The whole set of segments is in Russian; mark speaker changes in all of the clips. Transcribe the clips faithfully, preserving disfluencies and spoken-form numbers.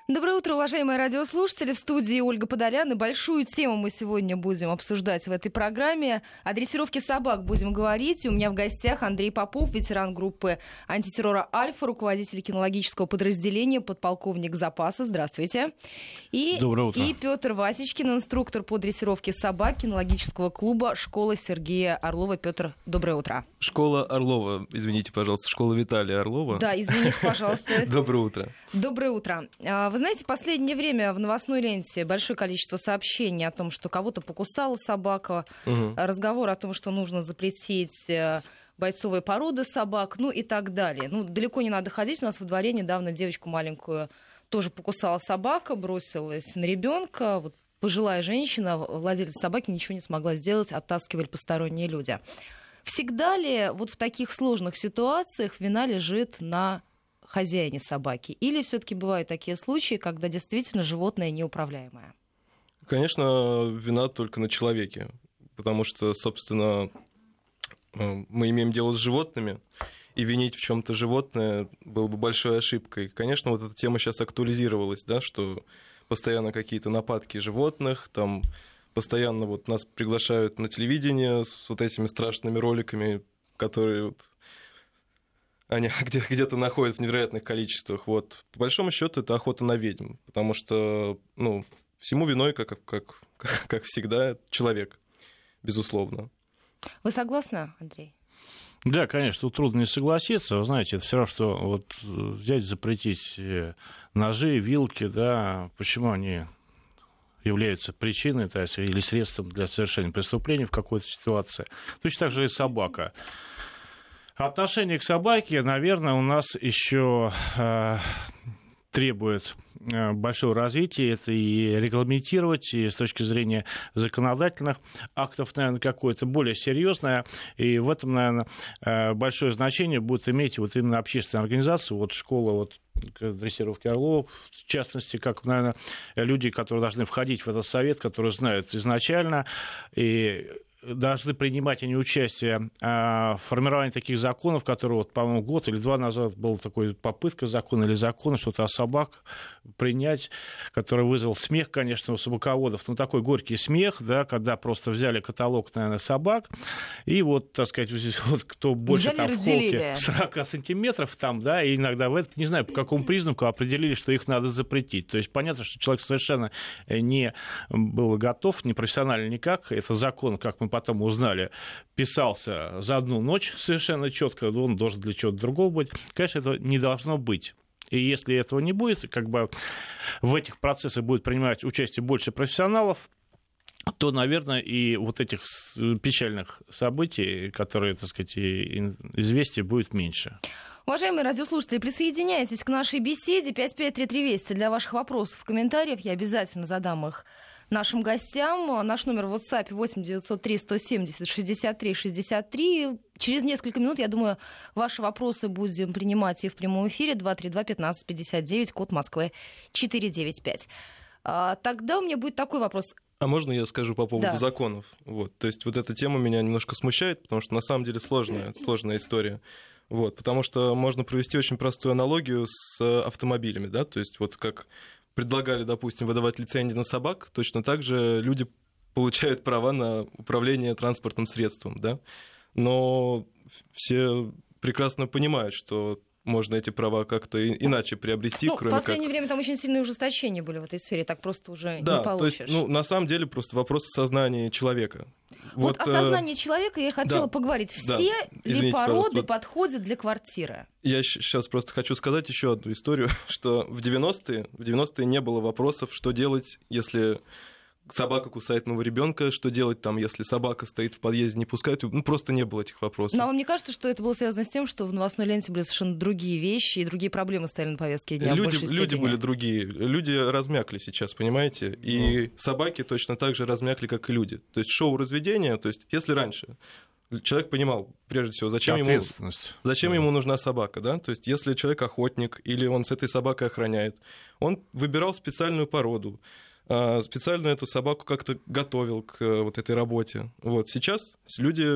Speaker 1: Доброе утро, уважаемые радиослушатели. В студии Ольга Подолян. И большую тему мы сегодня будем обсуждать в этой программе. О дрессировке собак будем говорить. И у меня в гостях Андрей Попов, ветеран группы антитеррора «Альфа», руководитель кинологического подразделения, подполковник запаса. Здравствуйте. И,
Speaker 2: Доброе утро.
Speaker 1: И Петр Васечкин, инструктор по дрессировке собак кинологического клуба «Школа Сергея Орлова». Петр, доброе утро.
Speaker 3: Школа Орлова, извините, пожалуйста, школа Виталия Орлова.
Speaker 1: Да, извините, пожалуйста.
Speaker 3: Доброе утро.
Speaker 1: Доброе утро. Вы знаете, в последнее время в новостной ленте большое количество сообщений о том, что кого-то покусала собака, угу. разговор о том, что нужно запретить бойцовые породы собак, ну и так далее. Ну, далеко не надо ходить. У нас во дворе недавно девочку маленькую тоже покусала собака, бросилась на ребенка. Вот пожилая женщина, владелец собаки, ничего не смогла сделать, оттаскивали посторонние люди. Всегда ли вот в таких сложных ситуациях вина лежит на хозяине собаки? Или все-таки бывают такие случаи, когда действительно животное неуправляемое?
Speaker 3: Конечно, вина только на человеке, потому что, собственно, мы имеем дело с животными, и винить в чем-то животное было бы большой ошибкой. Конечно, вот эта тема сейчас актуализировалась, да, что постоянно какие-то нападки животных, там постоянно вот нас приглашают на телевидение с вот этими страшными роликами, которые вот они где- где-то находят в невероятных количествах. Вот. По большому счету это охота на ведьм, потому что, ну, всему виной, как, как, как всегда, человек, безусловно.
Speaker 1: Вы согласны, Андрей?
Speaker 2: Да, конечно, тут трудно не согласиться. Вы знаете, это все равно, что вот взять, запретить ножи, вилки, да, почему они являются причиной, то есть, или средством для совершения преступления в какой-то ситуации. Точно так же и собака. Отношение к собаке, наверное, у нас еще э, требует э, большого развития. Это и регламентировать, и с точки зрения законодательных актов, наверное, какое-то более серьезное. И в этом, наверное, э, большое значение будет иметь вот именно общественная организация, вот школа вот дрессировки орлов, в частности, как, наверное, люди, которые должны входить в этот совет, которые знают изначально и должны принимать они участие в формировании таких законов, которые, вот, по-моему, год или два назад была такая попытка закона или закона, что-то о собак принять, который вызвал смех, конечно, у собаководов, но такой горький смех, да, когда просто взяли каталог, наверное, собак, и вот, так сказать, вот, кто больше там, в холке сорок сантиметров, там, да, и иногда в это, не знаю, по какому признаку определили, что их надо запретить. То есть понятно, что человек совершенно не был готов, не профессионально никак, это закон, как мы потом узнали, писался за одну ночь совершенно четко, он должен для чего-то другого быть. Конечно, этого не должно быть. И если этого не будет, как бы в этих процессах будет принимать участие больше профессионалов, то, наверное, и вот этих печальных событий, которые, так сказать, известий, будет меньше.
Speaker 1: Уважаемые радиослушатели, присоединяйтесь к нашей беседе. пять пять три три Вести для ваших вопросов, комментариев. Я обязательно задам их нашим гостям. Наш номер в WhatsApp восемь девятьсот три сто семьдесят шестьдесят три шестьдесят три. Через несколько минут, я думаю, ваши вопросы будем принимать и в прямом эфире. два три два пятнадцать пятьдесят девять, код Москвы четыреста девяносто пять. А, тогда у меня будет такой вопрос.
Speaker 3: А можно я скажу по поводу
Speaker 1: да.
Speaker 3: законов? Вот. То есть вот эта тема меня немножко смущает, потому что на самом деле сложная, сложная история. Вот. Потому что можно провести очень простую аналогию с автомобилями. Да? То есть вот как предлагали, допустим, выдавать лицензии на собак, точно так же люди получают права на управление транспортным средством. Да? Но все прекрасно понимают, что можно эти права как-то иначе приобрести.
Speaker 1: Ну,
Speaker 3: кроме
Speaker 1: в последнее
Speaker 3: как...
Speaker 1: время там очень сильные ужесточения были в этой сфере, так просто уже
Speaker 3: да,
Speaker 1: не получишь.
Speaker 3: То есть, ну, на самом деле просто вопрос сознания человека.
Speaker 1: Вот, вот о сознании э... человека я хотела
Speaker 3: да,
Speaker 1: поговорить. Все
Speaker 3: да.
Speaker 1: ли
Speaker 3: Извините,
Speaker 1: породы подходят для квартиры?
Speaker 3: Я сейчас просто хочу сказать еще одну историю, что в девяностые, в девяностые не было вопросов, что делать, если собака кусает моего ребенка, что делать там, если собака стоит в подъезде, не пускают. Ну, просто не было этих вопросов.
Speaker 1: Но вам не кажется, что это было связано с тем, что в новостной ленте были совершенно другие вещи и другие проблемы стояли на повестке дня?
Speaker 3: Люди,
Speaker 1: в большей
Speaker 3: люди
Speaker 1: степени?
Speaker 3: были другие. Люди размякли сейчас, понимаете? И mm. собаки точно так же размякли, как и люди. То есть шоу разведения, то есть если раньше человек понимал, прежде всего, зачем, ему, зачем да. ему нужна собака, да? То есть если человек охотник или он с этой собакой охраняет, он выбирал специальную породу, специально эту собаку как-то готовил к вот этой работе. Вот. Сейчас люди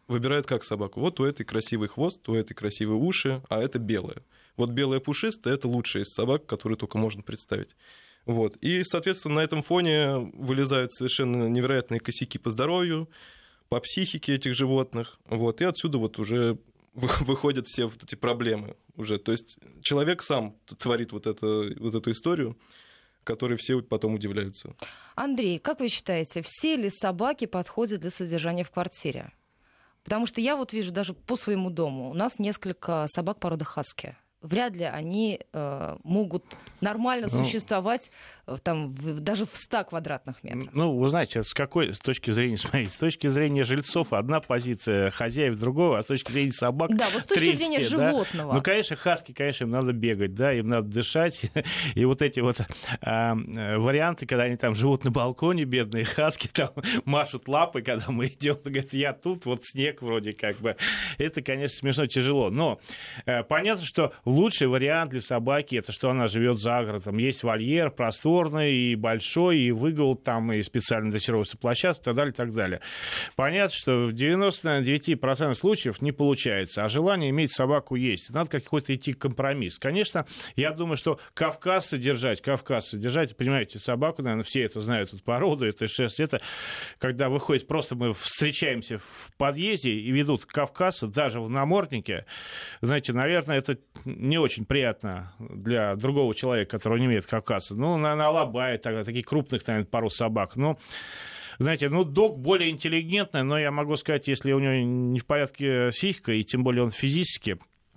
Speaker 3: выбирают как собаку? Вот у этой красивый хвост, у этой красивые уши, а это белая. Вот белая пушистая — это лучшая из собак, которую только можно представить. Вот. И, соответственно, на этом фоне вылезают совершенно невероятные косяки по здоровью, по психике этих животных. Вот. И отсюда вот уже выходят все вот эти проблемы уже. То есть человек сам творит вот, это, вот эту историю, которой все потом удивляются.
Speaker 1: Андрей, как вы считаете, все ли собаки подходят для содержания в квартире? Потому что я вот вижу даже по своему дому, у нас несколько собак породы хаски. Вряд ли они э, могут нормально ну, существовать э, там, в, даже в ста квадратных метрах.
Speaker 2: Ну, вы знаете, с какой с точки зрения, смотрите, с точки зрения жильцов одна позиция, хозяев другого, а с точки зрения собак
Speaker 1: да, вот с точки
Speaker 2: третья,
Speaker 1: зрения
Speaker 2: да?
Speaker 1: животного.
Speaker 2: Ну, конечно, хаски, конечно, им надо бегать, да, им надо дышать. И вот эти вот а, варианты, когда они там живут на балконе, бедные хаски, там машут лапой, когда мы идем, говорят, я тут, вот снег вроде как бы. Это, конечно, смешно, тяжело. Но а, понятно, что лучший вариант для собаки — это что она живет за городом. Есть вольер просторный и большой, и выгул там, и специально дрессировочная площадка, и так далее, и так далее. Понятно, что в девяноста девяти процентах случаев не получается, а желание иметь собаку есть. Надо какой-то идти компромисс. Конечно, я думаю, что Кавказ содержать, Кавказ содержать, понимаете, собаку, наверное, все это знают, эту породу, это шерсть, это когда выходит, просто мы встречаемся в подъезде и ведут Кавказ, даже в наморднике, знаете, наверное, это не очень приятно для другого человека, который не имеет Кавказа. Ну, на, на Алабае тогда, таких крупных, наверное, пару собак. Ну, знаете, ну, дог более интеллигентный, но я могу сказать, если у него не в порядке психика, и тем более он физически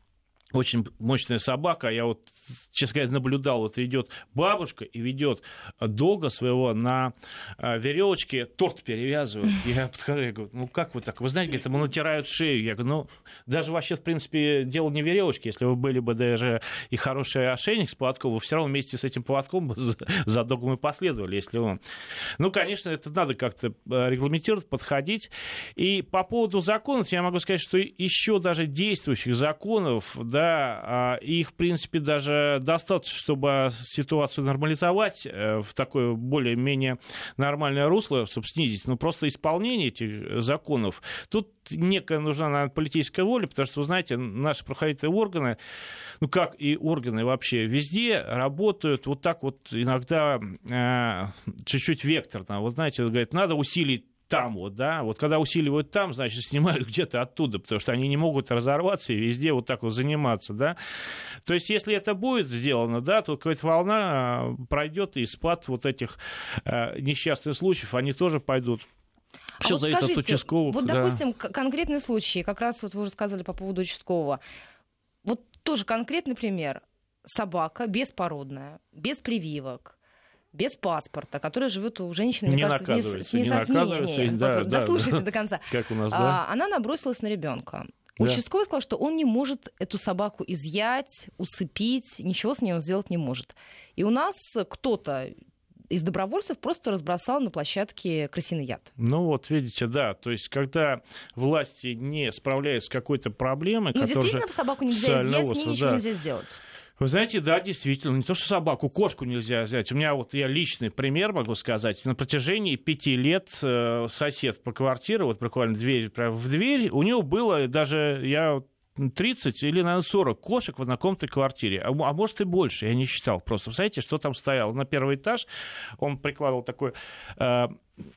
Speaker 2: очень мощная собака, я вот, честно говоря, наблюдал, вот идет бабушка и ведет дога своего на веревочке, торт перевязывают. Я подхожу, я говорю, ну как вы так? Вы знаете, ему натирают шею. Я говорю, ну даже вообще, в принципе, дело не в веревочке. Если вы были бы даже и хороший ошейник с поводком, вы все равно вместе с этим поводком бы за догом и последовали, если он. Ну, конечно, это надо как-то регламентировать, подходить. И по поводу законов я могу сказать, что еще даже действующих законов, да, их, в принципе, даже достаточно, чтобы ситуацию нормализовать в такое более-менее нормальное русло, чтобы снизить. Но просто исполнение этих законов, тут некая нужна, наверное, политическая воля, потому что, вы знаете, наши правоохранительные органы, ну, как и органы вообще, везде работают вот так вот иногда э, чуть-чуть векторно. Вот знаете, говорят, надо усилить там вот, да, вот когда усиливают там, значит, снимают где-то оттуда, потому что они не могут разорваться и везде вот так вот заниматься, да. То есть, если это будет сделано, да, то какая-то волна пройдет, и спад вот этих э, несчастных случаев, они тоже пойдут. Все
Speaker 1: а вот
Speaker 2: зависит
Speaker 1: скажите,
Speaker 2: от участковых.
Speaker 1: Вот,
Speaker 2: да.
Speaker 1: допустим, конкретный случай, как раз вот вы уже сказали по поводу участкового. Вот тоже конкретный пример. Собака беспородная, без прививок, без паспорта, которая живет у женщины, мне
Speaker 2: не
Speaker 1: кажется,
Speaker 2: наказывается,
Speaker 1: не,
Speaker 2: не,
Speaker 1: не
Speaker 2: наказывается.
Speaker 1: Не, не,
Speaker 2: да,
Speaker 1: вот,
Speaker 2: да,
Speaker 1: дослушайте
Speaker 2: да.
Speaker 1: до конца.
Speaker 2: Как у нас, да.
Speaker 1: А, она набросилась на ребенка.
Speaker 2: Да.
Speaker 1: Участковый сказал, что он не может эту собаку изъять, усыпить, ничего с ней он сделать не может. И у нас кто-то из добровольцев просто разбросал на площадке крысиный яд.
Speaker 2: Ну вот, видите, да, то есть когда власти не справляются с какой-то проблемой...
Speaker 1: Ну, действительно, собаку нельзя изъять, с ней ничего да. нельзя сделать.
Speaker 2: Вы знаете, да, действительно, не то что собаку, кошку нельзя взять. У меня вот, я личный пример могу сказать. На протяжении пяти лет сосед по квартире, вот буквально дверь прямо в дверь, у него было даже, я тридцать или, наверное, сорок кошек в однокомнатной квартире. А, а может и больше, я не считал просто. Представляете, что там стояло? На первый этаж он прикладывал такой э,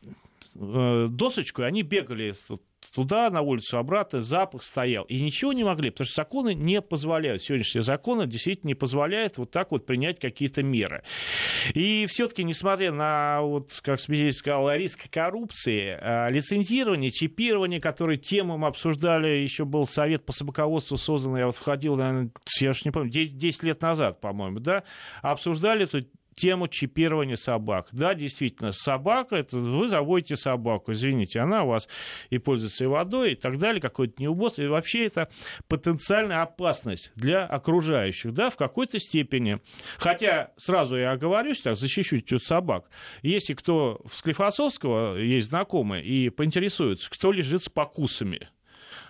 Speaker 2: э, досочку, и они бегали туда, на улицу, обратно, запах стоял. И ничего не могли, потому что законы не позволяют. Сегодняшние законы действительно не позволяют вот так вот принять какие-то меры. И все-таки, несмотря на, вот, как специалист сказал, риск коррупции, лицензирование, чипирование, которые тему мы обсуждали, еще был совет по собаководству создан, я вот входил, наверное, я уж не помню, десять лет назад, по-моему, да, обсуждали эту тему чипирования собак. Да, действительно, собака, это вы заводите собаку, извините, она у вас и пользуется и водой, и так далее, какой-то неубойство, и вообще это потенциальная опасность для окружающих, да, в какой-то степени. Хотя, сразу я оговорюсь, так, защищу чуть собак. Если кто в Склифосовского есть знакомые и поинтересуется, кто лежит с покусами,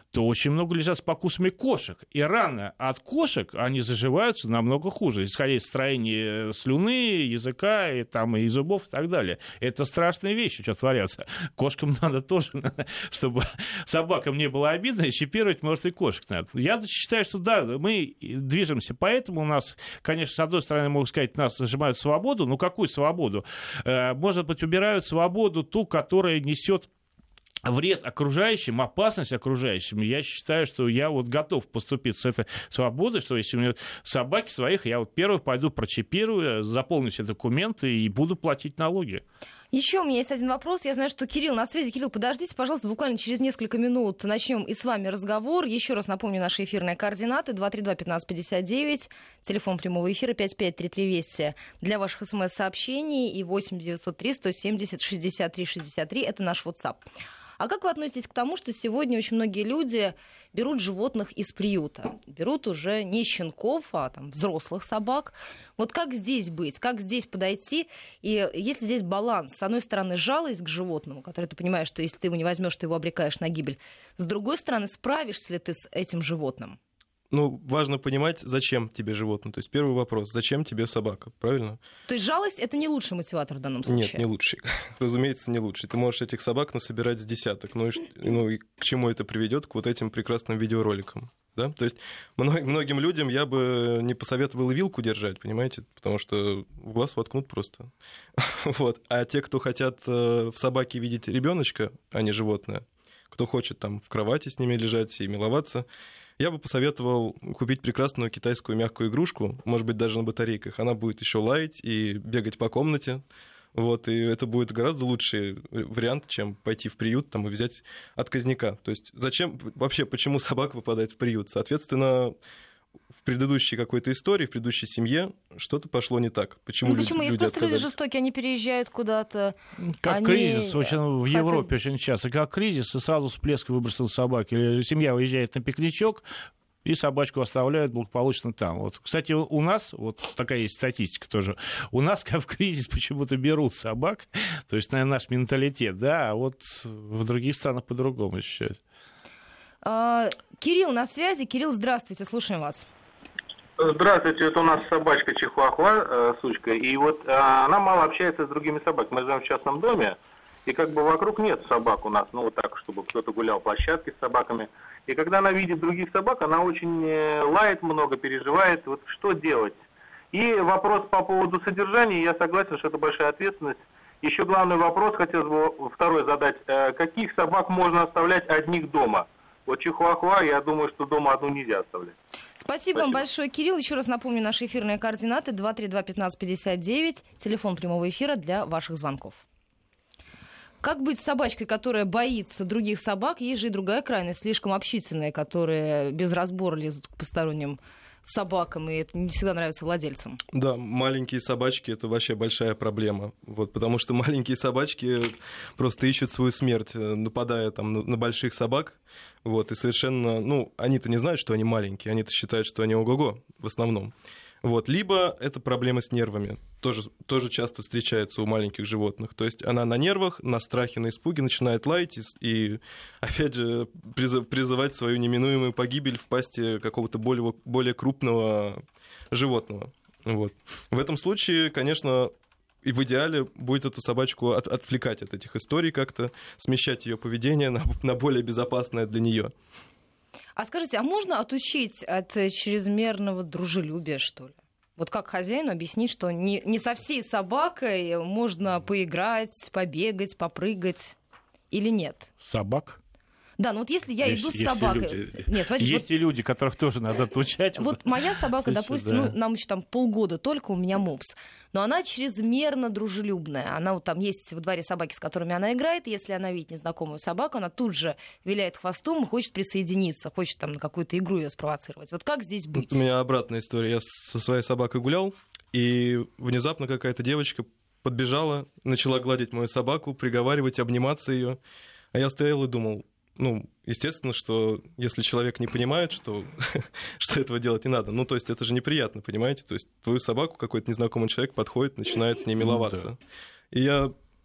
Speaker 2: то очень много лежат с покусами кошек. И раны от кошек, они заживаются намного хуже, исходя из строения слюны, языка, и, там, и зубов и так далее. Это страшные вещи, что творятся. Кошкам надо тоже, чтобы собакам не было обидно, и чипировать, может, и кошек надо. Я считаю, что да, мы движемся, поэтому у нас, конечно, с одной стороны, могу сказать, нас зажимают свободу. Ну, какую свободу? Может быть, убирают свободу ту, которая несет вред окружающим, опасность окружающим. Я считаю, что я вот готов поступить с этой свободой, что если у меня собаки своих, я вот первый пойду прочипирую, заполню все документы и буду платить налоги.
Speaker 1: Еще у меня есть один вопрос. Я знаю, что Кирилл на связи. Кирилл, подождите, пожалуйста, буквально через несколько минут начнем и с вами разговор. Еще раз напомню наши эфирные координаты. два три два пятнадцать пятьдесят девять, телефон прямого эфира пять пять три три двести для ваших смс-сообщений и восемь девятьсот три сто семьдесят шестьдесят три шестьдесят три. Это наш WhatsApp. А как вы относитесь к тому, что сегодня очень многие люди берут животных из приюта? Берут уже не щенков, а там, взрослых собак. Вот как здесь быть? Как здесь подойти? И есть ли здесь баланс? С одной стороны, жалость к животному, который ты понимаешь, что если ты его не возьмешь, ты его обрекаешь на гибель. С другой стороны, справишься ли ты с этим животным?
Speaker 3: Ну, важно понимать, зачем тебе животное. То есть первый вопрос, зачем тебе собака, правильно?
Speaker 1: То есть жалость — это не лучший мотиватор в данном случае?
Speaker 3: Нет, не лучший. Разумеется, не лучший. Ты можешь этих собак насобирать с десяток. Ну и, ну и к чему это приведет? К вот этим прекрасным видеороликам. Да? То есть многим людям я бы не посоветовал и вилку держать, понимаете? Потому что в глаз воткнут просто. Вот. А те, кто хотят в собаке видеть ребеночка, а не животное, кто хочет там в кровати с ними лежать и миловаться, я бы посоветовал купить прекрасную китайскую мягкую игрушку, может быть, даже на батарейках. Она будет еще лаять и бегать по комнате. Вот, и это будет гораздо лучший вариант, чем пойти в приют там, и взять отказника. То есть зачем вообще, почему собака попадает в приют? Соответственно, в предыдущей какой-то истории, в предыдущей семье что-то пошло не так. Почему,
Speaker 1: ну, почему?
Speaker 3: люди,
Speaker 1: Есть
Speaker 3: люди
Speaker 1: просто
Speaker 3: отказались?
Speaker 1: люди жестокие, они переезжают куда-то.
Speaker 2: Как
Speaker 1: они...
Speaker 2: кризис, очень, в
Speaker 1: хотят...
Speaker 2: Европе очень часто, как кризис, и сразу всплеск выбросил собаки. Или семья уезжает на пикничок, и собачку оставляют благополучно там. Вот. Кстати, у нас, вот такая есть статистика тоже, у нас, как в кризис, почему-то берут собак, то есть, наверное, наш менталитет, да, а вот в других странах по-другому ощущают.
Speaker 1: А, Кирилл на связи. Кирилл, здравствуйте, слушаем вас.
Speaker 4: Здравствуйте, это у нас собачка Чихуахуа, э, сучка, и вот э, она мало общается с другими собаками. Мы живем в частном доме, и как бы вокруг нет собак у нас, ну вот так, чтобы кто-то гулял в площадке с собаками. И когда она видит других собак, она очень э, лает много, переживает. Вот что делать? И вопрос по поводу содержания, я согласен, что это большая ответственность. Еще главный вопрос хотелось бы второй задать. Э, каких собак можно оставлять одних дома? Вот Чихуахуа, я думаю, что дома одну нельзя оставлять.
Speaker 1: Спасибо,
Speaker 4: Спасибо
Speaker 1: вам большое, Кирилл. Еще раз напомню наши эфирные координаты. два три два пятнадцать пятьдесят девять. Телефон прямого эфира для ваших звонков. Как быть с собачкой, которая боится других собак? Есть же и другая крайность, слишком общительная, которые без разбора лезут к посторонним собакам, и это не всегда нравится владельцам.
Speaker 3: Да, маленькие собачки — это вообще большая проблема, вот, потому что маленькие собачки просто ищут свою смерть, нападая там на, на больших собак, вот, и совершенно, ну, они-то не знают, что они маленькие, они-то считают, что они ого-го в основном. Вот. Либо это проблема с нервами, тоже, тоже часто встречается у маленьких животных. То есть она на нервах, на страхе, на испуге начинает лаять и, и опять же, призывать свою неминуемую погибель в пасти какого-то более, более крупного животного. Вот. В этом случае, конечно, и в идеале будет эту собачку от, отвлекать от этих историй как-то, смещать ее поведение на, на более безопасное для нее.
Speaker 1: А скажите, а можно отучить от чрезмерного дружелюбия, что ли? Вот как хозяину объяснить, что не, не со всей собакой можно поиграть, побегать, попрыгать или нет?
Speaker 2: Собак?
Speaker 1: Да, ну вот если я
Speaker 2: есть,
Speaker 1: иду с
Speaker 2: есть
Speaker 1: собакой...
Speaker 2: Люди,
Speaker 1: Нет, смотрите,
Speaker 2: есть
Speaker 1: вот...
Speaker 2: и люди, которых тоже надо отучать.
Speaker 1: Вот моя собака, допустим, да. ну, нам еще там полгода только, у меня мопс, но она чрезмерно дружелюбная. Она вот там есть во дворе собаки, с которыми она играет, и если она видит незнакомую собаку, она тут же виляет хвостом и хочет присоединиться, хочет там на какую-то игру ее спровоцировать. Вот как здесь быть?
Speaker 3: Вот у меня обратная история. Я со своей собакой гулял, и внезапно какая-то девочка подбежала, начала гладить мою собаку, приговаривать, обниматься ее. А я стоял и думал, ну, естественно, что если человек не понимает, что, что этого делать не надо, ну, то есть это же неприятно, понимаете? То есть твою собаку какой-то незнакомый человек подходит, начинает с ней миловаться. И я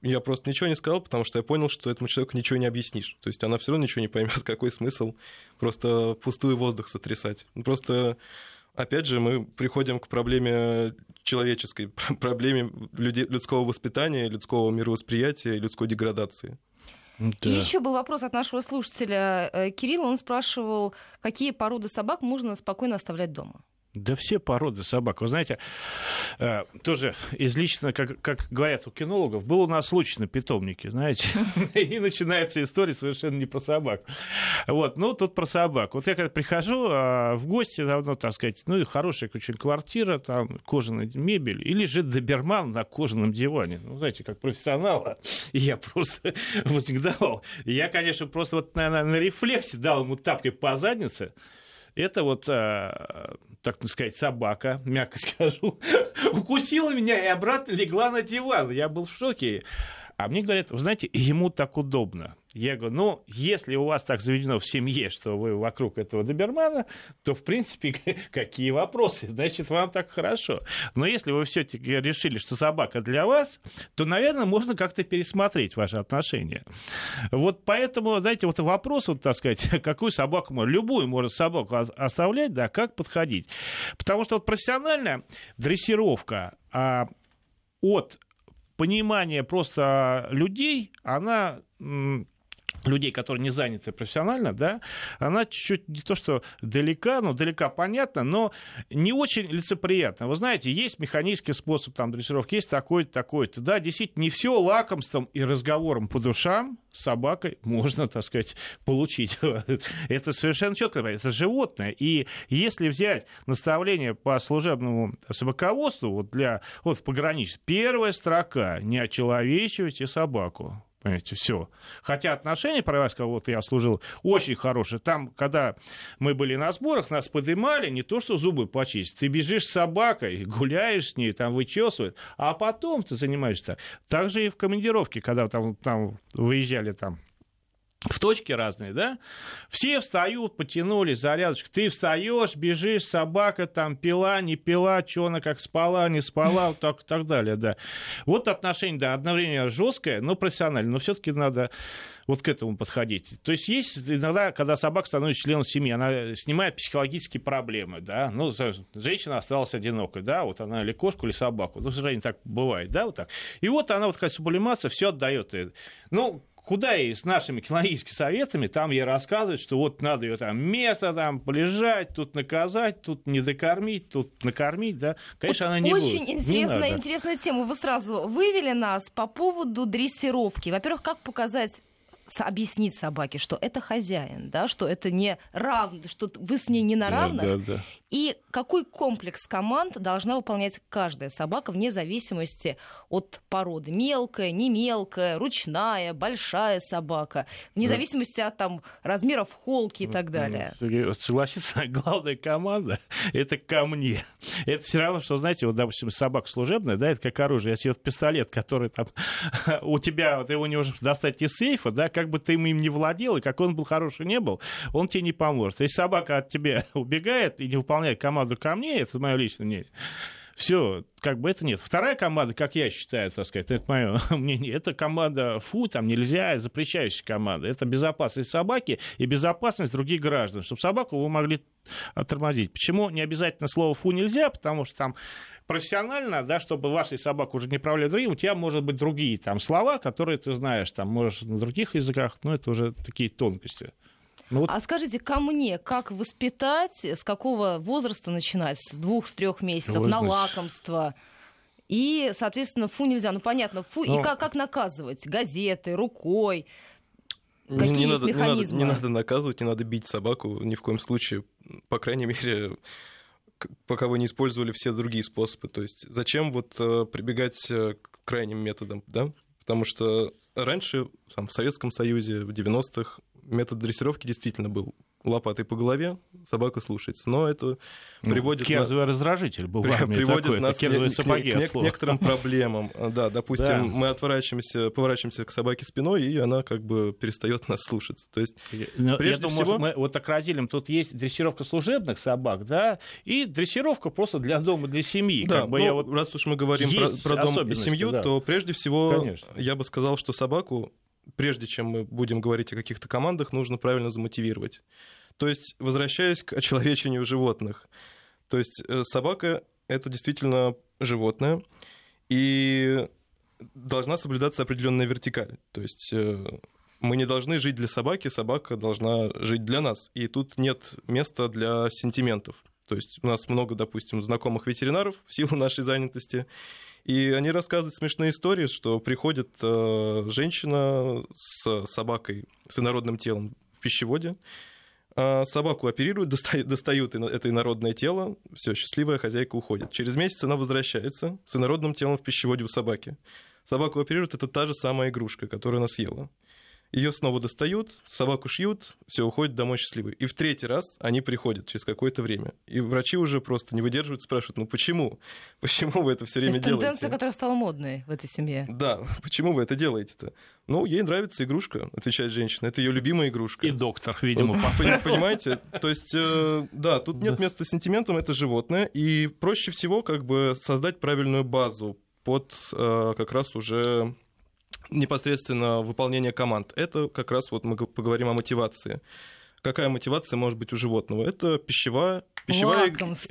Speaker 3: я просто ничего не сказал, потому что я понял, что этому человеку ничего не объяснишь. То есть она все равно ничего не поймет, какой смысл просто пустой воздух сотрясать. Просто, опять же, мы приходим к проблеме человеческой, проблеме людского воспитания, людского мировосприятия, людской деградации.
Speaker 1: Да. И еще был вопрос от нашего слушателя Кирилла. Он спрашивал, какие породы собак можно спокойно оставлять дома.
Speaker 2: Да все породы собак. Вы знаете, тоже из лично, как, как говорят у кинологов, был у нас случай на питомнике, знаете, и начинается история совершенно не про собак. Вот, ну, тут про собак. Вот я когда прихожу в гости, давно, так сказать, ну, хорошая очень квартира, там кожаная мебель, и лежит доберман на кожаном диване. Ну, знаете, как профессионала, я просто вознегодовал. Я, конечно, просто вот на, на, на рефлексе дал ему тапкой по заднице. Это вот, а, так сказать, собака, мягко скажу, укусила меня и обратно легла на диван. Я был в шоке. А мне говорят, вы знаете, ему так удобно. Я говорю, ну, если у вас так заведено в семье, что вы вокруг этого добермана, то, в принципе, какие вопросы? Значит, вам так хорошо. Но если вы все-таки решили, что собака для вас, то, наверное, можно как-то пересмотреть ваши отношения. Вот поэтому, знаете, вот вопрос, вот, так сказать, какую собаку можно, любую можно собаку оставлять, да, как подходить. Потому что вот профессиональная дрессировка а, от понимание просто людей, она, людей, которые не заняты профессионально, да, она чуть-чуть не то, что далека, ну, далека понятно, но не очень лицеприятно. Вы знаете, есть механический способ там дрессировки, есть такой-то, такой-то, да, действительно, не все лакомством и разговором по душам с собакой можно, так сказать, получить. Это совершенно четко, это животное. И если взять наставление по служебному собаководству, вот для, вот в пограничье, первая строка: не очеловечивайте собаку. Понимаете, все. Хотя отношения, про вас, кого-то я служил, очень хорошие. Там, когда мы были на сборах, нас поднимали, не то что зубы почистить. Ты бежишь с собакой, гуляешь с ней, там вычесывают, а потом ты занимаешься. Так же и в командировке, когда там, там выезжали там в точки разные, да, все встают, потянули зарядочку, ты встаешь, бежишь, собака там пила, не пила, что она как спала, не спала, вот так, так далее, да. Вот отношение, да, одновременно жесткое, но профессиональное, но все-таки надо вот к этому подходить. То есть есть иногда, когда собака становится членом семьи, она снимает психологические проблемы, да, ну, женщина осталась одинокой, да, вот она или кошку, или собаку, ну, к сожалению, так бывает, да, вот так. И вот она вот такая сублимация, все отдает. Ну, куда и с нашими кинологическими советами, там ей рассказывают, что вот надо ее там место там полежать, тут наказать, тут не докормить, тут накормить, да. Конечно, вот она не
Speaker 1: очень
Speaker 2: будет.
Speaker 1: Очень интересная, интересную тему вы сразу вывели нас по поводу дрессировки. Во-первых, как показать, объяснить собаке, что это хозяин, да, что это не равно, что вы с ней не на равных.
Speaker 2: Да, да, да.
Speaker 1: И какой комплекс команд должна выполнять каждая собака вне зависимости от породы. Мелкая, не мелкая, ручная, большая собака. Вне да. зависимости от там, размеров холки и так далее.
Speaker 2: Согласиться, главная команда — это ко мне. Это все равно, что, знаете, вот, допустим, собака служебная, да, это как оружие. Если вот пистолет, который там у тебя, ты его не можешь достать из сейфа, да, как бы ты им не владел, и как он был хороший не был, он тебе не поможет. Если собака от тебя убегает и не выполняет команду ко мне, это мое личное мнение, все, как бы это нет. Вторая команда, как я считаю, так сказать, это мое мнение, это команда фу, там нельзя, запрещающая команда. Это безопасность собаки и безопасность других граждан, чтобы собаку вы могли тормозить. Почему не обязательно слово фу нельзя? Потому что там профессионально, да, чтобы вашей собаку уже не управляли другим, у тебя, может быть, другие там слова, которые ты знаешь, там, можешь на других языках, но это уже такие тонкости. Ну, вот...
Speaker 1: А скажите, ко мне, как воспитать, с какого возраста начинать? С двух, с трех месяцев, Ой, на значит... лакомство? И, соответственно, фу нельзя. Ну, понятно, фу. Ну... И как, как наказывать? Газетой, рукой? Какие
Speaker 3: не,
Speaker 1: есть
Speaker 3: надо,
Speaker 1: механизмы?
Speaker 3: Не надо, не надо наказывать, не надо бить собаку ни в коем случае. По крайней мере, пока вы не использовали все другие способы. То есть зачем вот прибегать к крайним методам, да? Потому что раньше, там, в Советском Союзе, в девяностых, метод дрессировки действительно был лопатой по голове, собака слушается. Но это приводит...
Speaker 2: Керзовый на... раздражитель был в армии
Speaker 3: приводит
Speaker 2: такой,
Speaker 3: нас к,
Speaker 2: керзовые
Speaker 3: к,
Speaker 2: сапоги
Speaker 3: к, к, к некоторым проблемам. Да, допустим, да. мы отворачиваемся, поворачиваемся к собаке спиной, и она как бы перестает нас слушаться. То есть,
Speaker 2: Но
Speaker 3: прежде
Speaker 2: я думаю,
Speaker 3: всего...
Speaker 2: мы вот так разделим, тут есть дрессировка служебных собак, да, и дрессировка просто для дома, для семьи.
Speaker 3: Да,
Speaker 2: как бы
Speaker 3: ну,
Speaker 2: я вот...
Speaker 3: раз уж мы говорим про, про дом и семью, да. то прежде всего Конечно. я бы сказал, что собаку, прежде чем мы будем говорить о каких-то командах, нужно правильно замотивировать. То есть, возвращаясь к очеловечению животных, то есть собака — это действительно животное, и должна соблюдаться определенная вертикаль. То есть мы не должны жить для собаки, собака должна жить для нас. И тут нет места для сентиментов. То есть у нас много, допустим, знакомых ветеринаров в силу нашей занятости, и они рассказывают смешные истории, что приходит женщина с собакой, с инородным телом в пищеводе, собаку оперируют, достают, достают это инородное тело, все, счастливая хозяйка уходит. Через месяц она возвращается с инородным телом в пищеводе у собаки. Собаку оперируют, это та же самая игрушка, которую она съела. Ее снова достают, собаку шьют, все, уходят домой счастливые. И в третий раз они приходят через какое-то время. И врачи уже просто не выдерживают, спрашивают, ну почему? Почему вы это все время
Speaker 1: делаете?
Speaker 3: делаете?
Speaker 1: Тенденция, которая стала модной в этой семье.
Speaker 3: Да, почему вы это делаете-то? Ну, ей нравится игрушка, отвечает женщина. Это ее любимая игрушка.
Speaker 2: И доктор, видимо.
Speaker 3: Понимаете? То есть, да, тут нет места сентиментам, это животное. И проще всего как бы создать правильную базу под как раз уже... непосредственно выполнение команд. Это как раз вот мы поговорим о мотивации. Какая мотивация может быть у животного? Это пищевая, пищевая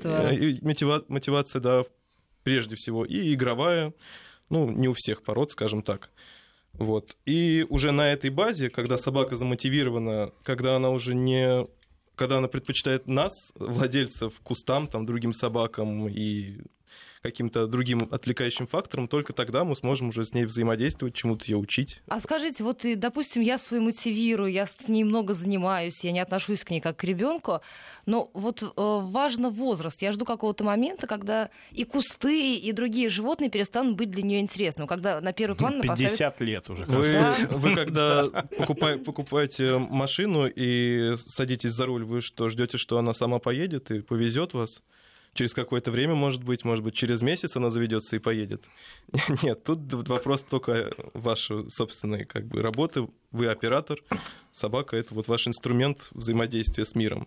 Speaker 3: мотива, мотивация, да, прежде всего, и игровая, ну, не у всех пород, скажем так. Вот. И уже на этой базе, когда собака замотивирована, когда она уже не... когда она предпочитает нас, владельцев, кустам, там, другим собакам и каким-то другим отвлекающим фактором, только тогда мы сможем уже с ней взаимодействовать, чему-то ее учить.
Speaker 1: А скажите, вот, допустим, я свою мотивирую, я с ней много занимаюсь, я не отношусь к ней как к ребенку, но вот э, важно возраст. Я жду какого-то момента, когда и кусты, и другие животные перестанут быть для нее интересными, когда на первый план поставят...
Speaker 2: пятьдесят лет уже.
Speaker 3: Вы, да? вы когда покупай, покупаете машину и садитесь за руль, вы что, ждете, что она сама поедет и повезет вас? Через какое-то время, может быть, может быть, через месяц она заведется и поедет. Нет, тут вопрос только вашей собственной как бы, работы. Вы оператор, собака — это вот ваш инструмент взаимодействия с миром.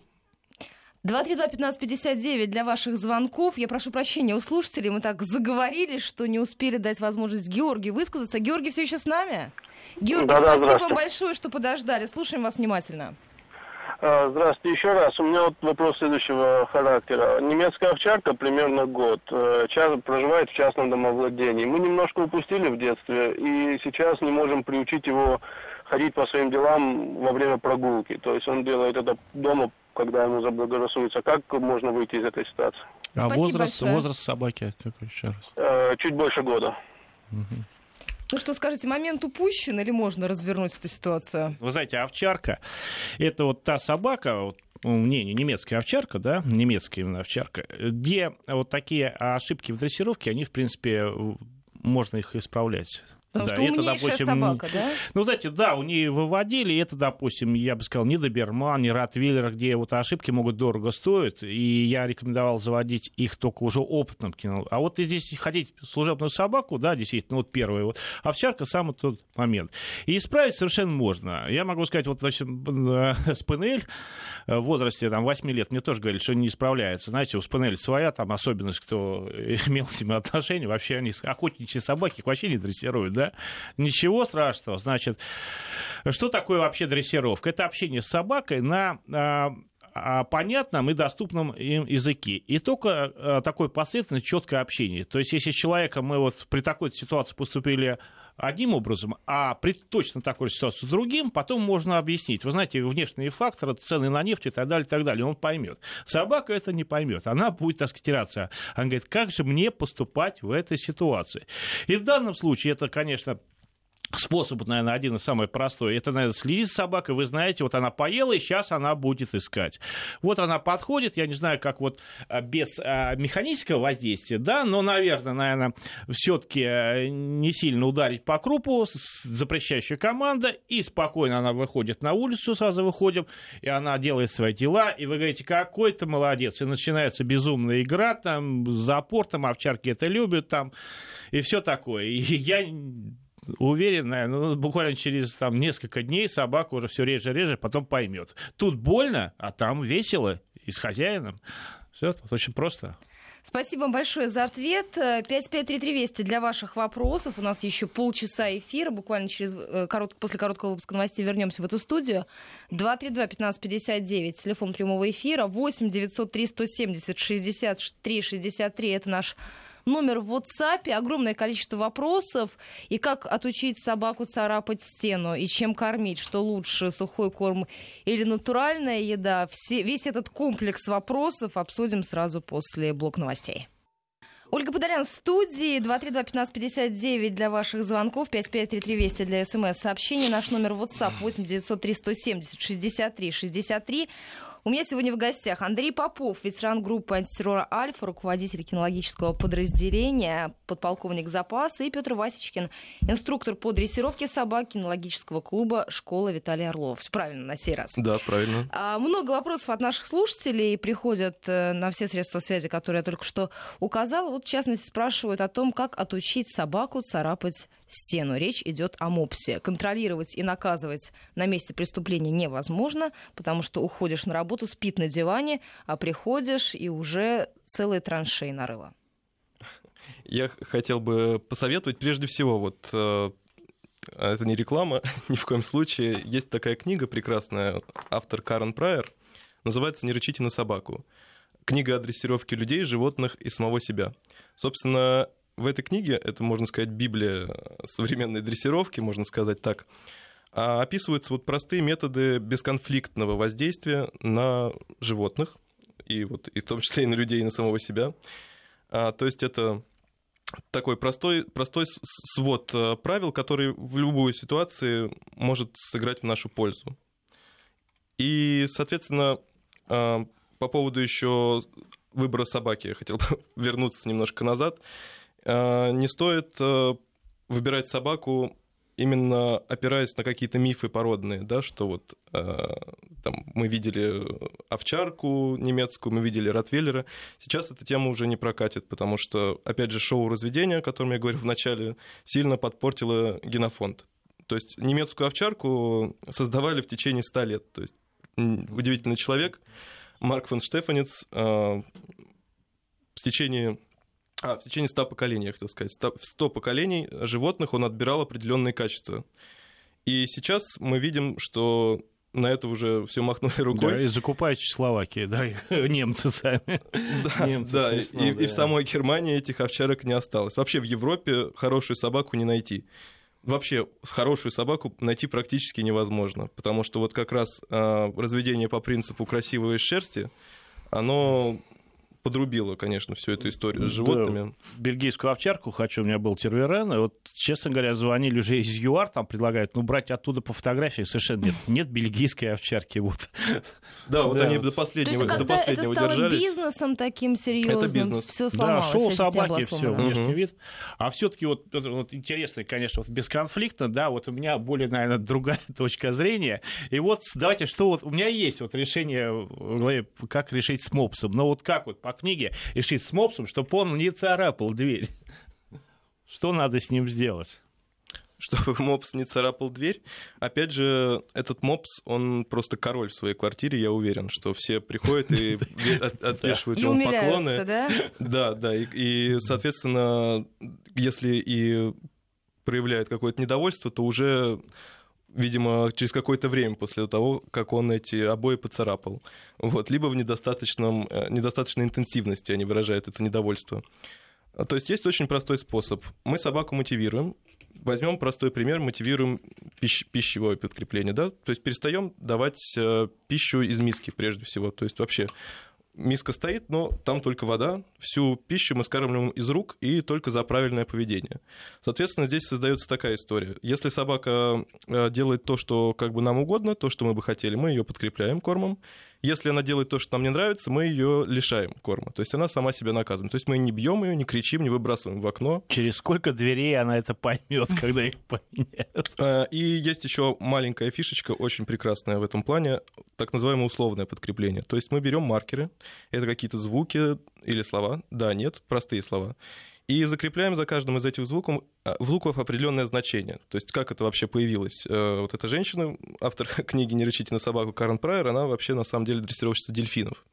Speaker 1: два три два пятнадцать пятьдесят девять для ваших звонков. Я прошу прощения у слушателей, мы так заговорили, что не успели дать возможность Георгию высказаться. Георгий все еще с нами? Георгий, да, спасибо вам большое, что подождали. Слушаем вас внимательно.
Speaker 5: Здравствуйте еще раз. У меня вот вопрос следующего характера. Немецкая овчарка примерно год. Проживает в частном домовладении. Мы немножко упустили в детстве и сейчас не можем приучить его ходить по своим делам во время прогулки. То есть он делает это дома, когда ему заблагорассудится. Как можно выйти из этой ситуации?
Speaker 2: А возраст, возраст собаки какой еще раз?
Speaker 5: Чуть больше года.
Speaker 2: Угу.
Speaker 1: Ну что, скажите, момент упущен или можно развернуть эту ситуацию?
Speaker 2: Вы знаете, овчарка — это вот та собака, вот, не, не немецкая овчарка, да, немецкая именно овчарка, где вот такие ошибки в дрессировке, они, в принципе, можно их исправлять.
Speaker 1: Потому
Speaker 2: да,
Speaker 1: что
Speaker 2: это,
Speaker 1: умнейшая
Speaker 2: допустим,
Speaker 1: собака, да?
Speaker 2: Ну, знаете, да, у нее выводили, это, допустим, я бы сказал, не доберман, не ротвейлер, где вот ошибки могут дорого стоить, и я рекомендовал заводить их только уже опытным кинул. А вот здесь хотите служебную собаку, да, действительно, вот первая вот, овчарка — самый тот момент. И исправить совершенно можно. Я могу сказать, вот, допустим, спаниель в возрасте там, восемь лет мне тоже говорили, что не справляется. Знаете, у спаниеля своя там особенность, кто имел с ними отношения, вообще они охотничьи собаки, их вообще не дрессируют, да. Ничего страшного. Значит, что такое вообще дрессировка? Это общение с собакой на а, понятном и доступном им языке. И только а, такое последовательное, четкое общение. То есть, если с человеком мы вот при такой ситуации поступили одним образом, а при точно такой ситуации другим, потом можно объяснить. Вы знаете, внешние факторы, цены на нефть и так далее, и так далее. Он поймет. Собака это не поймет. Она будет, так сказать, теряться. Она говорит, как же мне поступать в этой ситуации? И в данном случае это, конечно, способ, наверное, один из самых простой. Это, наверное, следить за собакой. Вы знаете, вот она поела, и сейчас она будет искать. Вот она подходит, я не знаю, как вот без механического воздействия, да, но, наверное, наверное, все-таки не сильно ударить по крупу, запрещающая команда, и спокойно она выходит на улицу, сразу выходим, и она делает свои дела, и вы говорите, какой ты молодец, и начинается безумная игра, там, за апортом, овчарки это любят, там, и все такое. И я... уверен, ну, буквально через там, несколько дней собака уже все реже-реже потом поймет. Тут больно, а там весело и с хозяином. Все, тут очень просто.
Speaker 1: Спасибо вам большое за ответ. пять пять три три Вести для ваших вопросов. У нас еще полчаса эфира. Буквально через, корот... после короткого выпуска новостей вернемся в эту студию. два три два пятнадцать пятьдесят девять. Телефон прямого эфира. восемь девятьсот три сто семьдесят шестьдесят три шестьдесят три. Это наш номер в WhatsApp, огромное количество вопросов. И как отучить собаку царапать стену, и чем кормить, что лучше, сухой корм или натуральная еда. Все, весь этот комплекс вопросов обсудим сразу после блока новостей. Ольга Подолян в студии. два три два пятнадцать пятьдесят девять для ваших звонков. пять пять три три Вести для смс-сообщений. Наш номер в WhatsApp восемь девятьсот три сто семьдесят шестьдесят три шестьдесят три. У меня сегодня в гостях Андрей Попов, ветеран группы антитеррора «Альфа», руководитель кинологического подразделения, подполковник запаса, и Петр Васечкин, инструктор по дрессировке собак кинологического клуба «Школа Виталия Орлова». Все правильно на сей раз.
Speaker 3: Да, правильно.
Speaker 1: А, много вопросов от наших слушателей приходят на все средства связи, которые я только что указала. Вот, в частности, спрашивают о том, как отучить собаку царапать стену. Речь идет о мопсе. Контролировать и наказывать на месте преступления невозможно, потому что уходишь на работу, спит на диване, а приходишь и уже целые траншеи нарыло.
Speaker 3: Я хотел бы посоветовать прежде всего, вот э, это не реклама, ни в коем случае. Есть такая книга прекрасная, автор Карен Прайер, называется «Не рычите на собаку». Книга о дрессировке людей, животных и самого себя. Собственно, в этой книге, это, можно сказать, библия современной дрессировки, можно сказать так, описываются вот простые методы бесконфликтного воздействия на животных, и, вот, и в том числе и на людей, и на самого себя. А, то есть это такой простой, простой свод правил, который в любой ситуации может сыграть в нашу пользу. И, соответственно, по поводу еще выбора собаки, я хотел бы вернуться немножко назад. Не стоит выбирать собаку именно опираясь на какие-то мифы породные, да, что вот э, там, мы видели овчарку немецкую, мы видели ротвейлера. Сейчас эта тема уже не прокатит, потому что, опять же, шоу разведения, о котором я говорил в начале, сильно подпортило генофонд. То есть немецкую овчарку создавали в течение ста лет. То есть удивительный человек, Марк фон Штефанец, э, в течение... А, в течение ста поколений, я хотел сказать. сто поколений животных он отбирал определенные качества. И сейчас мы видим, что на это уже все махнули рукой.
Speaker 2: Да, и закупают Чехословакии, да, немцы сами.
Speaker 3: Да, немцы да, смешно, и, да, и в самой Германии этих овчарок не осталось. Вообще в Европе хорошую собаку не найти. Вообще хорошую собаку найти практически невозможно, потому что вот как раз э, разведение по принципу красивой шерсти, оно... подрубила, конечно, всю эту историю с животными.
Speaker 2: Да, бельгийскую овчарку хочу, у меня был терьерен, и вот, честно говоря, звонили уже из ЮАР, там предлагают, ну, брать оттуда по фотографии совершенно нет. Нет бельгийской овчарки, вот.
Speaker 3: Да, вот они до последнего держались.
Speaker 1: То есть, когда это стало бизнесом таким серьезным,
Speaker 3: это бизнес.
Speaker 1: Все сломалось.
Speaker 2: Да, шоу собаки, все, внешний вид. А все-таки вот, вот интересно, конечно, вот бесконфликтно, да, вот у меня более, наверное, другая точка зрения. И вот давайте, что вот у меня есть вот решение в голове, как решить с мопсом. Но вот как вот по книге решить с мопсом, чтобы он не царапал дверь. Что надо с ним сделать?
Speaker 3: Чтобы мопс не царапал дверь. Опять же, этот мопс, он просто король в своей квартире, я уверен, что все приходят и отвешивают ему поклоны. Да, да, и, соответственно, если и проявляет какое-то недовольство, то уже... видимо, через какое-то время после того, как он эти обои поцарапал. Вот. Либо в недостаточном, недостаточной интенсивности они выражают это недовольство. То есть есть очень простой способ. Мы собаку мотивируем. Возьмем простой пример, мотивируем пищ, пищевое подкрепление. Да? То есть перестаем давать пищу из миски, прежде всего. То есть вообще миска стоит, но там только вода. Всю пищу мы скармливаем из рук и только за правильное поведение. Соответственно, здесь создается такая история. Если собака делает то, что как бы нам угодно, то, что мы бы хотели, мы ее подкрепляем кормом. Если она делает то, что нам не нравится, мы ее лишаем корма. То есть она сама себя наказывает. То есть мы не бьем ее, не кричим, не выбрасываем в окно.
Speaker 2: Через сколько дверей она это поймет, когда их поменяют?
Speaker 3: И есть еще маленькая фишечка, очень прекрасная в этом плане, так называемое условное подкрепление. То есть мы берем маркеры, это какие-то звуки или слова, да, нет, простые слова, и закрепляем за каждым из этих звуков, звуков определенное значение. То есть как это вообще появилось? Вот эта женщина, автор книги «Не рычите на собаку» Карен Прайер, она вообще на самом деле дрессировщица дельфинов.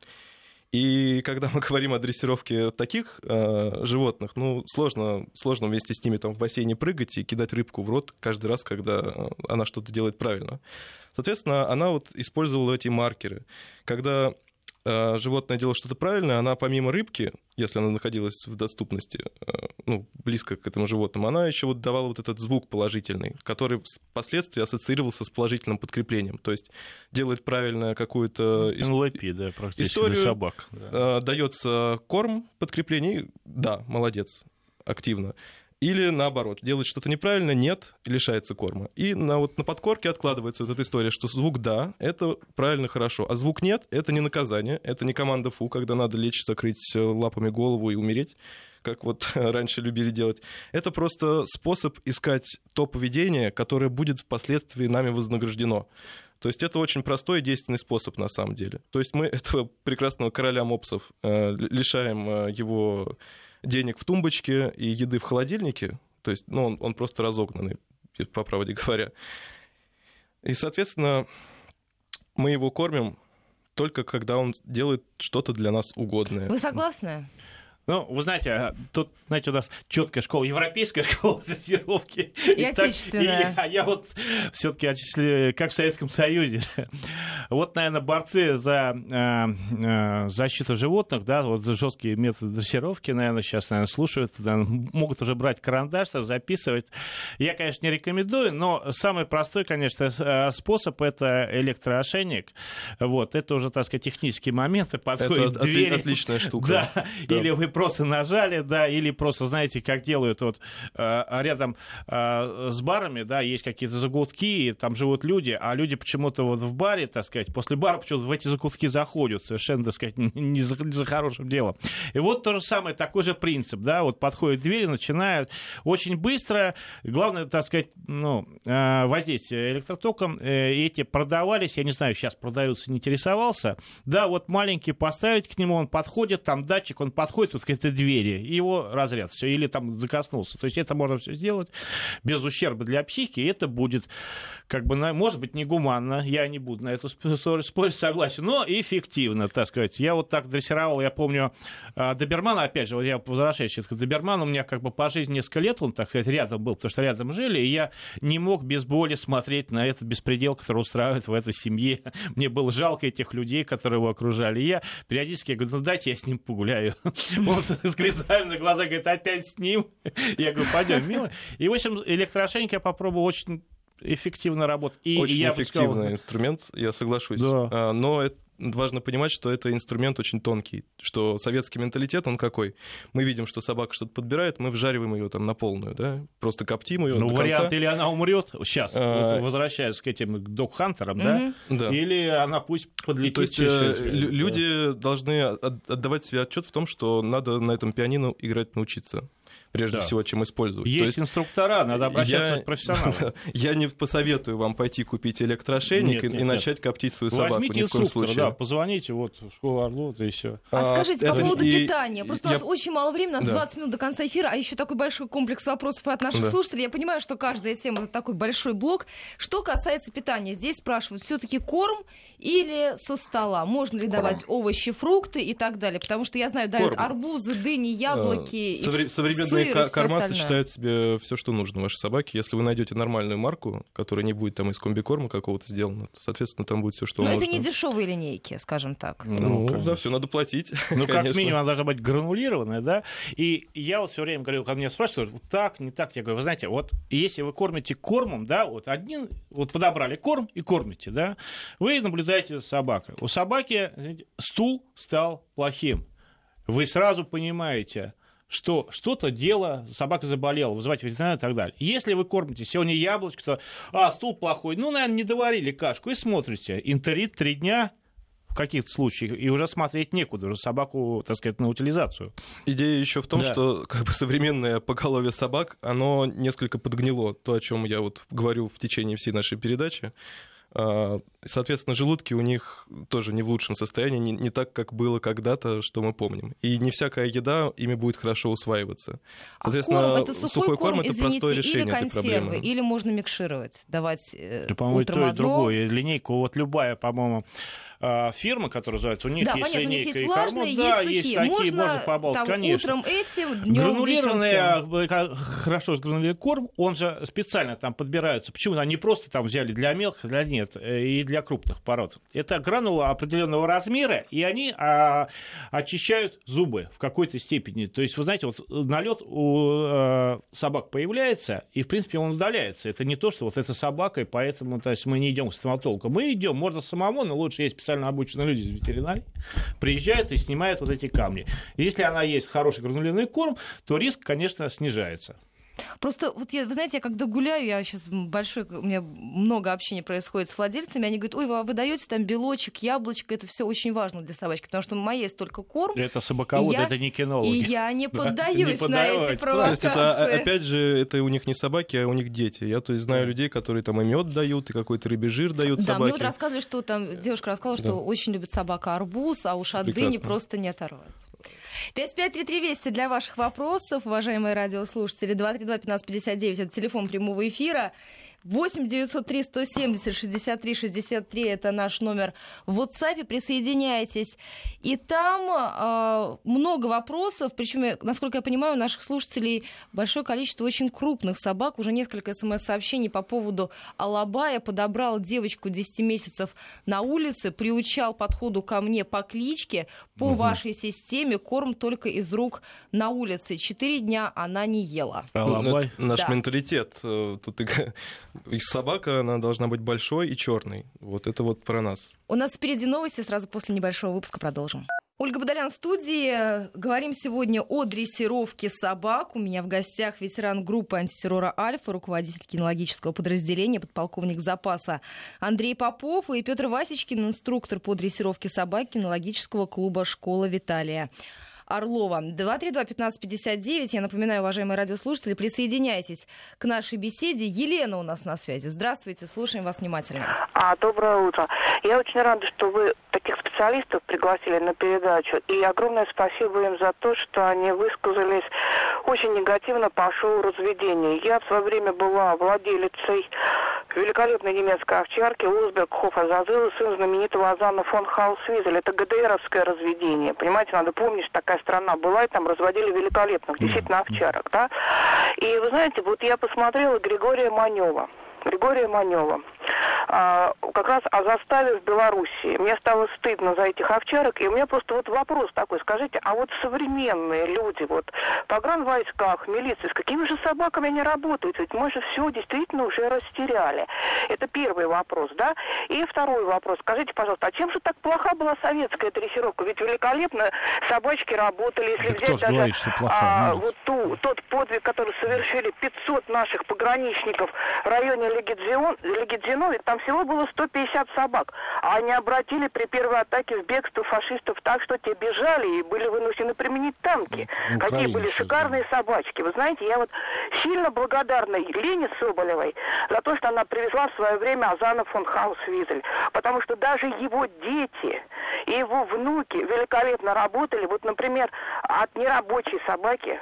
Speaker 3: И когда мы говорим о дрессировке таких э, животных, ну, сложно, сложно вместе с ними там в бассейне прыгать и кидать рыбку в рот каждый раз, когда она что-то делает правильно. Соответственно, она вот использовала эти маркеры. Когда э, животное делало что-то правильное, она помимо рыбки, если она находилась в доступности, э, ну, близко к этому животному, она еще вот давала вот этот звук положительный, который впоследствии ассоциировался с положительным подкреплением. То есть делает правильно какую-то
Speaker 2: эн эл пи, да, практически
Speaker 3: историю,
Speaker 2: для собак.
Speaker 3: Да. Э, дается корм, подкрепление, да, молодец, активно. Или наоборот, делает что-то неправильно, нет, лишается корма. И на, вот, на подкорке откладывается вот эта история, что звук «да» — это правильно, хорошо, а звук «нет» — это не наказание, это не команда «фу», когда надо лечь, закрыть лапами голову и умереть, как вот раньше любили делать. Это просто способ искать то поведение, которое будет впоследствии нами вознаграждено. То есть это очень простой и действенный способ на самом деле. То есть мы этого прекрасного короля мопсов э, лишаем э, его денег в тумбочке и еды в холодильнике, то есть ну, он, он просто разогнанный, по правде говоря. И, соответственно, мы его кормим только когда он делает что-то для нас угодное.
Speaker 1: Вы согласны?
Speaker 2: Ну, вы знаете, тут, знаете, у нас четкая школа, европейская школа дрессировки.
Speaker 1: И, и отечественная.
Speaker 2: Так, и я, я вот все-таки отчислю, как в Советском Союзе. Вот, наверное, борцы за э, э, защиту животных, да, вот за жесткие методы дрессировки, наверное, сейчас, наверное, слушают, наверное, могут уже брать карандаш, записывать. Я, конечно, не рекомендую, но самый простой, конечно, способ — это электроошейник. Вот, это уже, так сказать, технические моменты, подходят
Speaker 3: это
Speaker 2: двери.
Speaker 3: Это отличная штука.
Speaker 2: Да, да. Или вы просто нажали, да, или просто, знаете, как делают вот э, рядом э, с барами, да, есть какие-то закутки, там живут люди, а люди почему-то вот в баре, так сказать, после бара почему-то в эти закутки заходят, совершенно, так сказать, не за, не за хорошим делом. И вот то же самое, такой же принцип, да, вот подходит дверь, начинает очень быстро, главное, так сказать, ну, э, воздействие электротоком, э, эти продавались, я не знаю, сейчас продаются, не интересовался, да, вот маленький поставить к нему, он подходит, там датчик, он подходит, вот к этой двери, и его разряд, все, или там закоснулся. То есть это можно все сделать без ущерба для психики, и это будет, как бы, может быть, негуманно, я не буду на эту спорить, согласен, но эффективно, так сказать. Я вот так дрессировал, я помню, добермана, опять же, вот я возвращаюсь к доберману, у меня как бы по жизни несколько лет он, так сказать, рядом был, потому что рядом жили, и я не мог без боли смотреть на этот беспредел, который устраивает в этой семье. Мне было жалко этих людей, которые его окружали. И я периодически говорю, ну дайте я с ним погуляю. Он с глазами на глаза говорит, опять с ним. Я говорю, пойдем, милый. И, в общем, электроошейник я попробовал, очень эффективно работать. И,
Speaker 3: очень
Speaker 2: и я
Speaker 3: эффективный
Speaker 2: сказал,
Speaker 3: инструмент, я соглашусь.
Speaker 2: Да.
Speaker 3: Но это важно понимать, что это инструмент очень тонкий, что советский менталитет, он какой? Мы видим, что собака что-то подбирает, мы вжариваем ее там на полную, да, просто коптим ее
Speaker 2: ну,
Speaker 3: до
Speaker 2: вариант,
Speaker 3: конца.
Speaker 2: или она умрет, сейчас,
Speaker 3: а...
Speaker 2: вот, возвращаясь к этим док-хантерам, mm-hmm. да?
Speaker 3: да,
Speaker 2: или она пусть подлетит.
Speaker 3: То есть
Speaker 2: через...
Speaker 3: люди да. должны отдавать себе отчет в том, что надо на этом пианино играть научиться. Прежде да. всего, чем использовать.
Speaker 2: Есть, есть инструктора, надо обращаться
Speaker 3: я...
Speaker 2: к профессионалам.
Speaker 3: Я не посоветую вам пойти купить электроошейник нет, и, нет, и начать нет. коптить свою собаку.
Speaker 2: Возьмите
Speaker 3: ни в коем случае.
Speaker 2: Да, позвоните вот в школу Орлова, и все.
Speaker 1: А, а скажите, по поводу и... питания. Просто
Speaker 3: я...
Speaker 1: у нас очень мало времени, у нас
Speaker 3: да.
Speaker 1: двадцать минут до конца эфира, а еще такой большой комплекс вопросов от наших да. слушателей. Я понимаю, что каждая тема — это такой большой блок. Что касается питания, здесь спрашивают, все-таки корм или со стола? Можно ли корм. давать овощи, фрукты и так далее? Потому что я знаю, дают корм. арбузы, дыни, яблоки.
Speaker 3: Совре- современный беспредметные
Speaker 1: сыр,
Speaker 3: корма
Speaker 1: остальное.
Speaker 3: сочетают в себе все, что нужно вашей собаке. Если вы найдете нормальную марку, которая не будет там из комбикорма какого-то сделана, то, соответственно, там будет все, что
Speaker 1: Но
Speaker 3: нужно.
Speaker 1: это не дешевые линейки, скажем так.
Speaker 3: Ну,
Speaker 2: Ну,
Speaker 3: за все надо платить.
Speaker 2: Ну, как
Speaker 3: конечно.
Speaker 2: минимум, она должна быть гранулированная, да. И я вот все время говорю, ко мне спрашивают, вот так, не так. Я говорю, вы знаете, вот если вы кормите кормом, да, вот один, вот подобрали корм и кормите, да, вы наблюдаете за собакой. У собаки, знаете, стул стал плохим. Вы сразу понимаете, что что-то дело, собака заболела, вызывать ветеринара и так далее. Если вы кормите сегодня яблочко, то, а, стул плохой, ну, наверное, не доварили кашку, и смотрите, энтерит три дня в каких-то случаях, и уже смотреть некуда, уже собаку, так сказать, на утилизацию.
Speaker 3: Идея еще в том,
Speaker 2: Да.
Speaker 3: что как бы современное поголовье собак, оно несколько подгнило, то, о чем я вот говорю в течение всей нашей передачи. Соответственно, желудки у них тоже не в лучшем состоянии, не, не так, как было когда-то, что мы помним. И не всякая еда ими будет хорошо усваиваться. Соответственно,
Speaker 1: а корм, это сухой,
Speaker 3: сухой корм,
Speaker 1: корм,
Speaker 3: это
Speaker 1: извините,
Speaker 3: простое
Speaker 1: или
Speaker 3: решение этой
Speaker 1: консервы,
Speaker 3: проблемы.
Speaker 1: или можно микшировать, давать э,
Speaker 2: Да, по-моему, и
Speaker 1: утром
Speaker 2: то, и
Speaker 1: одно.
Speaker 2: другое. Линейку, вот любая, по-моему, фирма, которая называется, у них
Speaker 1: Да,
Speaker 2: есть
Speaker 1: понятно, у них
Speaker 2: линейка
Speaker 1: есть
Speaker 2: и
Speaker 1: влажные,
Speaker 2: кормов, да,
Speaker 1: есть
Speaker 2: есть
Speaker 1: сухие.
Speaker 2: такие,
Speaker 1: Можно,
Speaker 2: можно побаловать,
Speaker 1: там,
Speaker 2: конечно.
Speaker 1: утром этим, днем
Speaker 2: Гранулированный, хорошо сгранулированный корм, он же специально там подбирается. Почему? Они просто там взяли для мелких, для нет, и для крупных пород. Это гранула определенного размера, и они а, очищают зубы в какой-то степени. То есть, вы знаете, вот налет у а, собак появляется, и, в принципе, он удаляется. Это не то, что вот эта собака, и поэтому то есть, мы не идем к стоматологу. Мы идем, можно самому, но лучше есть специально обученные люди из ветеринарии, приезжают и снимают вот эти камни. Если она есть хороший гранулированный корм, то риск, конечно, снижается.
Speaker 1: Просто, вот я, вы знаете, я когда гуляю, я сейчас большой, у меня много общения происходит с владельцами, они говорят, ой, вы, вы даете там белочек, яблочко, это все очень важно для собачки, потому что моя есть только корм.
Speaker 2: Это собаководы,
Speaker 1: я,
Speaker 2: это не кинологи.
Speaker 1: И я не
Speaker 2: Да,
Speaker 1: поддаюсь
Speaker 2: не
Speaker 1: на эти
Speaker 2: поддавать.
Speaker 1: провокации.
Speaker 3: То есть это, опять же, это у них не собаки, а у них дети. Я, то есть, знаю людей, которые там и мед дают, и какой-то рыбий жир дают
Speaker 1: Да,
Speaker 3: собаке.
Speaker 1: мне вот рассказывали, что там девушка рассказала, что
Speaker 3: Да.
Speaker 1: очень любит собака арбуз, а уж от дыни
Speaker 3: Прекрасно.
Speaker 1: просто не оторвать. пять пять три три Вести для ваших вопросов, уважаемые радиослушатели. два три два пятнадцать пятьдесят девять это телефон прямого эфира. восемь девятьсот три сто семьдесят шестьдесят три шестьдесят три это наш номер в WhatsApp. Присоединяйтесь. И там э, много вопросов. Причем, насколько я понимаю, у наших слушателей большое количество очень крупных собак. Уже несколько смс-сообщений по поводу Алабая. Подобрал девочку десяти месяцев на улице, приучал подходу ко мне по кличке. По угу. вашей системе корм только из рук на улице. Четыре дня она не ела.
Speaker 2: Алабай.
Speaker 3: Ну, наш
Speaker 1: Да.
Speaker 3: менталитет. Тут и собака, она должна быть большой и черной. Вот это вот про нас.
Speaker 1: У нас впереди новости, сразу после небольшого выпуска продолжим. Ольга Бодолян в студии. Говорим сегодня о дрессировке собак. У меня в гостях ветеран группы антитеррора «Альфа», руководитель кинологического подразделения, подполковник запаса Андрей Попов и Петр Васечкин, инструктор по дрессировке собак кинологического клуба «Школа Виталия Орлова». два три два пятнадцать пятьдесят девять. Я напоминаю, уважаемые радиослушатели, присоединяйтесь к нашей беседе. Елена у нас на связи. Здравствуйте, слушаем вас внимательно.
Speaker 6: А, доброе утро. Я очень рада, что вы таких специалистов пригласили на передачу. И огромное спасибо им за то, что они высказались очень негативно по шоу разведения. Я в свое время была владелицей великолепной немецкой овчарки Узбек Хоф-Азазыл, сын знаменитого Азана фон Хаусвизеля. Это ГДРовское разведение. Понимаете, надо помнить, что такая страна была, и там разводили великолепных, действительно, овчарок, да. И вы знаете, вот я посмотрела Григория Манева. Григория Манева. А, как раз о заставе в Белоруссии. Мне стало стыдно за этих овчарок, и у меня просто вот вопрос такой. Скажите, а вот современные люди, вот в погранвойсках, милиции, с какими же собаками они работают? Ведь мы же все действительно уже растеряли. Это первый вопрос, да? И второй вопрос. Скажите, пожалуйста, а чем же так плоха была советская дрессировка? Ведь великолепно собачки работали. Если
Speaker 2: Да
Speaker 6: взять
Speaker 2: кто ж
Speaker 6: даже
Speaker 2: говорит, что плоха?
Speaker 6: а,
Speaker 2: Ну,
Speaker 6: вот ту, тот подвиг, который совершили пятьсот наших пограничников в районе Легедзион, Легедзино, ведь там всего было сто пятьдесят собак. А они обратили при первой атаке в бегство фашистов так, что те бежали и были вынуждены применить танки.
Speaker 2: Ну,
Speaker 6: Какие были
Speaker 2: сейчас,
Speaker 6: шикарные
Speaker 2: да.
Speaker 6: собачки. Вы знаете, я вот сильно благодарна Лене Соболевой за то, что она привезла в свое время Азана фон Хаусвизель. Потому что даже его дети и его внуки великолепно работали. Вот, например, от нерабочей собаки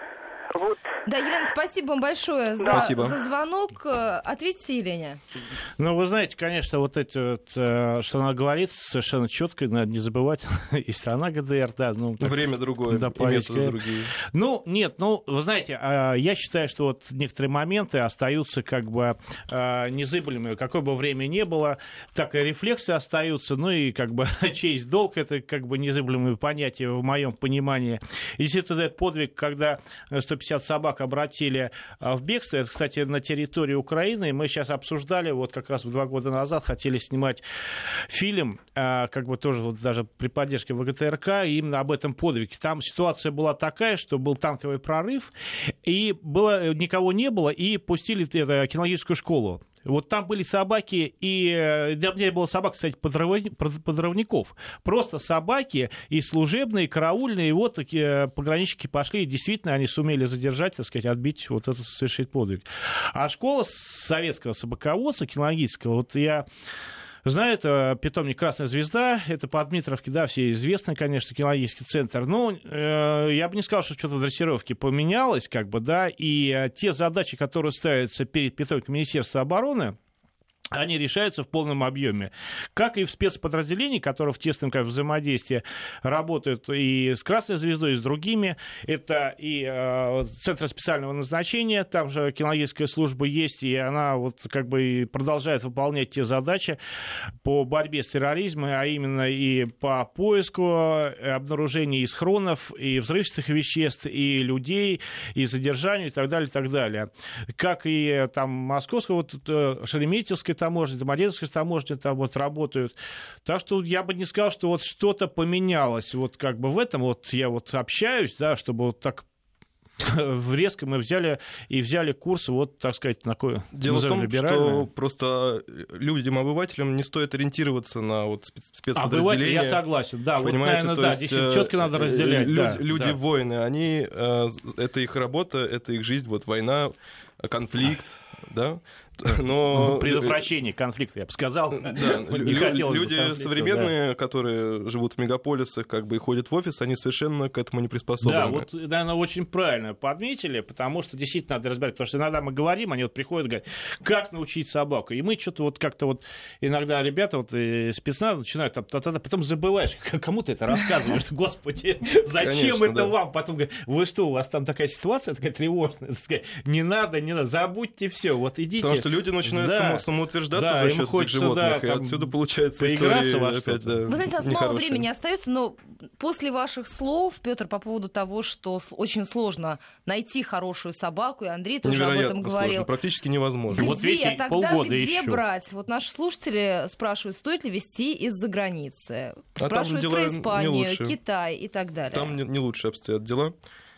Speaker 6: Вот.
Speaker 1: Да, Елена, спасибо вам большое за,
Speaker 3: Спасибо.
Speaker 1: за звонок. Ответьте Елене.
Speaker 2: Ну, вы знаете, конечно, вот это вот, что она говорит, совершенно четко, надо не забывать, и страна ГДР, да. Ну, так,
Speaker 3: Время другое,
Speaker 2: да,
Speaker 3: и методы другие.
Speaker 2: Ну, нет, ну, вы знаете, я считаю, что вот некоторые моменты остаются как бы незыблемыми, какое бы время ни было, так и рефлексы остаются, ну и как бы честь, долг, это как бы незыблемые понятия в моем понимании. И действительно, этот подвиг, когда сто пятьдесят собак обратили в бегство, это, кстати, на территории Украины, мы сейчас обсуждали, вот как раз два года назад хотели снимать фильм, как бы тоже вот даже при поддержке ВГТРК, именно об этом подвиге. Там ситуация была такая, что был танковый прорыв, и было, никого не было, и пустили это, кинологическую школу. Вот там были собаки, и для меня было собак, кстати, подрывников. Просто собаки и служебные, и караульные, и вот такие пограничники пошли, и действительно они сумели задержать, так сказать, отбить, вот это совершить подвиг. А школа советского собаководства, кинологического, вот я... Знаю, это питомник «Красная звезда», это по Дмитровке, да, все известный, конечно, кинологический центр. Но э, я бы не сказал, что что-то в дрессировке поменялось, как бы, да, и э, те задачи, которые ставятся перед питомником Министерства обороны, они решаются в полном объеме. Как и в спецподразделении, которые в тесном как, взаимодействии работают и с «Красной звездой», и с другими. Это и э, Центр специального назначения, там же кинологическая служба есть, и она вот как бы продолжает выполнять те задачи по борьбе с терроризмом, а именно и по поиску, обнаружению и схронов, и взрывчатых веществ, и людей, и задержанию, и так далее, и так далее. Как и там московская, вот Шереметьевская таможня, Домодедовская таможня там вот работают. Так что я бы не сказал, что вот что-то поменялось. Вот как бы в этом вот я вот общаюсь, да, чтобы вот так резко мы взяли и взяли курс, вот, так сказать, на кое
Speaker 3: Дело в том, что просто людям, обывателям не стоит ориентироваться на вот спецподразделения.
Speaker 2: Обыватели, я согласен, да,
Speaker 3: понимаете,
Speaker 2: вот, наверное,
Speaker 3: то
Speaker 2: да,
Speaker 3: есть,
Speaker 2: действительно, четко надо разделять.
Speaker 3: Люди,
Speaker 2: да,
Speaker 3: люди-воины,
Speaker 2: да.
Speaker 3: они, это их работа, это их жизнь, вот война, конфликт, да, но...
Speaker 2: Предотвращение конфликта, я бы сказал.
Speaker 3: Да, люди современные, да. которые живут в мегаполисах, как бы и ходят в офис, они совершенно к этому не приспособлены.
Speaker 2: Да, вот, наверное, очень правильно подметили, потому что действительно надо разбирать, потому что иногда мы говорим, они вот приходят и говорят, как научить собаку, и мы что-то вот как-то вот, иногда ребята вот спецназ начинают, а потом забываешь, кому ты это рассказываешь, господи, зачем
Speaker 3: Конечно,
Speaker 2: это
Speaker 3: да.
Speaker 2: вам, потом говорят, вы что, у вас там такая ситуация, такая тревожная, не надо, не надо, забудьте все, вот идите.
Speaker 3: Потому что люди начинают да. само, самоутверждаться да, за счет этих животных, да, и отсюда получается история опять, да,
Speaker 1: вы знаете, у нас
Speaker 3: нехорошая.
Speaker 1: Мало времени остается, но после ваших слов, Петр, по поводу того, что очень сложно найти хорошую собаку, и Андрей тоже об этом говорил.
Speaker 3: Сложно, практически невозможно.
Speaker 1: Где?
Speaker 2: Вот видите,
Speaker 1: Тогда
Speaker 2: полгода
Speaker 1: где
Speaker 2: ищу.
Speaker 1: брать? Вот наши слушатели спрашивают, стоит ли везти из-за границы.
Speaker 3: А
Speaker 1: спрашивают про Испанию, Китай и так далее.
Speaker 3: Там не, не лучше обстоят дела.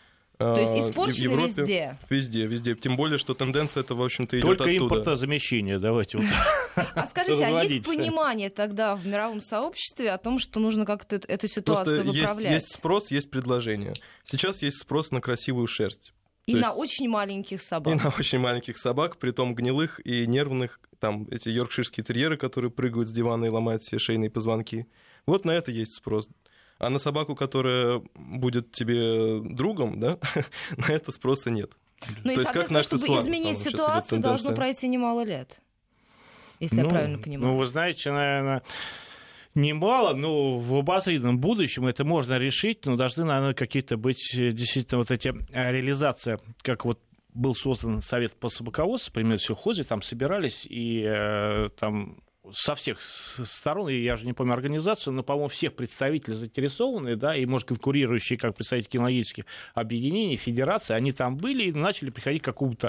Speaker 1: То есть испорчены
Speaker 3: Европе,
Speaker 1: везде?
Speaker 3: Везде, везде. Тем более, что тенденция это, в общем-то, идет
Speaker 2: Только
Speaker 3: оттуда.
Speaker 2: Только импортозамещение, давайте вот.
Speaker 1: А скажите, а есть понимание тогда в мировом сообществе о том, что нужно как-то эту ситуацию
Speaker 3: Просто
Speaker 1: выправлять?
Speaker 3: Есть, есть спрос, есть предложение. Сейчас есть спрос на красивую шерсть.
Speaker 1: И
Speaker 3: То
Speaker 1: на
Speaker 3: есть...
Speaker 1: очень маленьких собак.
Speaker 3: И на очень маленьких собак, притом гнилых и нервных. Там эти йоркширские терьеры, которые прыгают с дивана и ломают себе шейные позвонки. Вот на это есть спрос. А на собаку, которая будет тебе другом, да, на это спроса нет.
Speaker 1: Ну и,
Speaker 3: То есть, как наш
Speaker 1: чтобы
Speaker 3: Теслан,
Speaker 1: изменить
Speaker 3: сейчас
Speaker 1: ситуацию,
Speaker 3: идет
Speaker 1: должно пройти немало лет. Если
Speaker 2: ну,
Speaker 1: я правильно понимаю.
Speaker 2: Ну, вы знаете, наверное, немало, но в обозримом будущем это можно решить, но должны, наверное, какие-то быть действительно вот эти реализация, как вот был создан совет по собаководству, например, в сельхозе, там собирались и э, там со всех сторон, и я же не помню организацию, но, по-моему, всех представителей заинтересованные, да, и, может, конкурирующие, как представители кинологических объединений, федераций, они там были и начали приходить к какому-то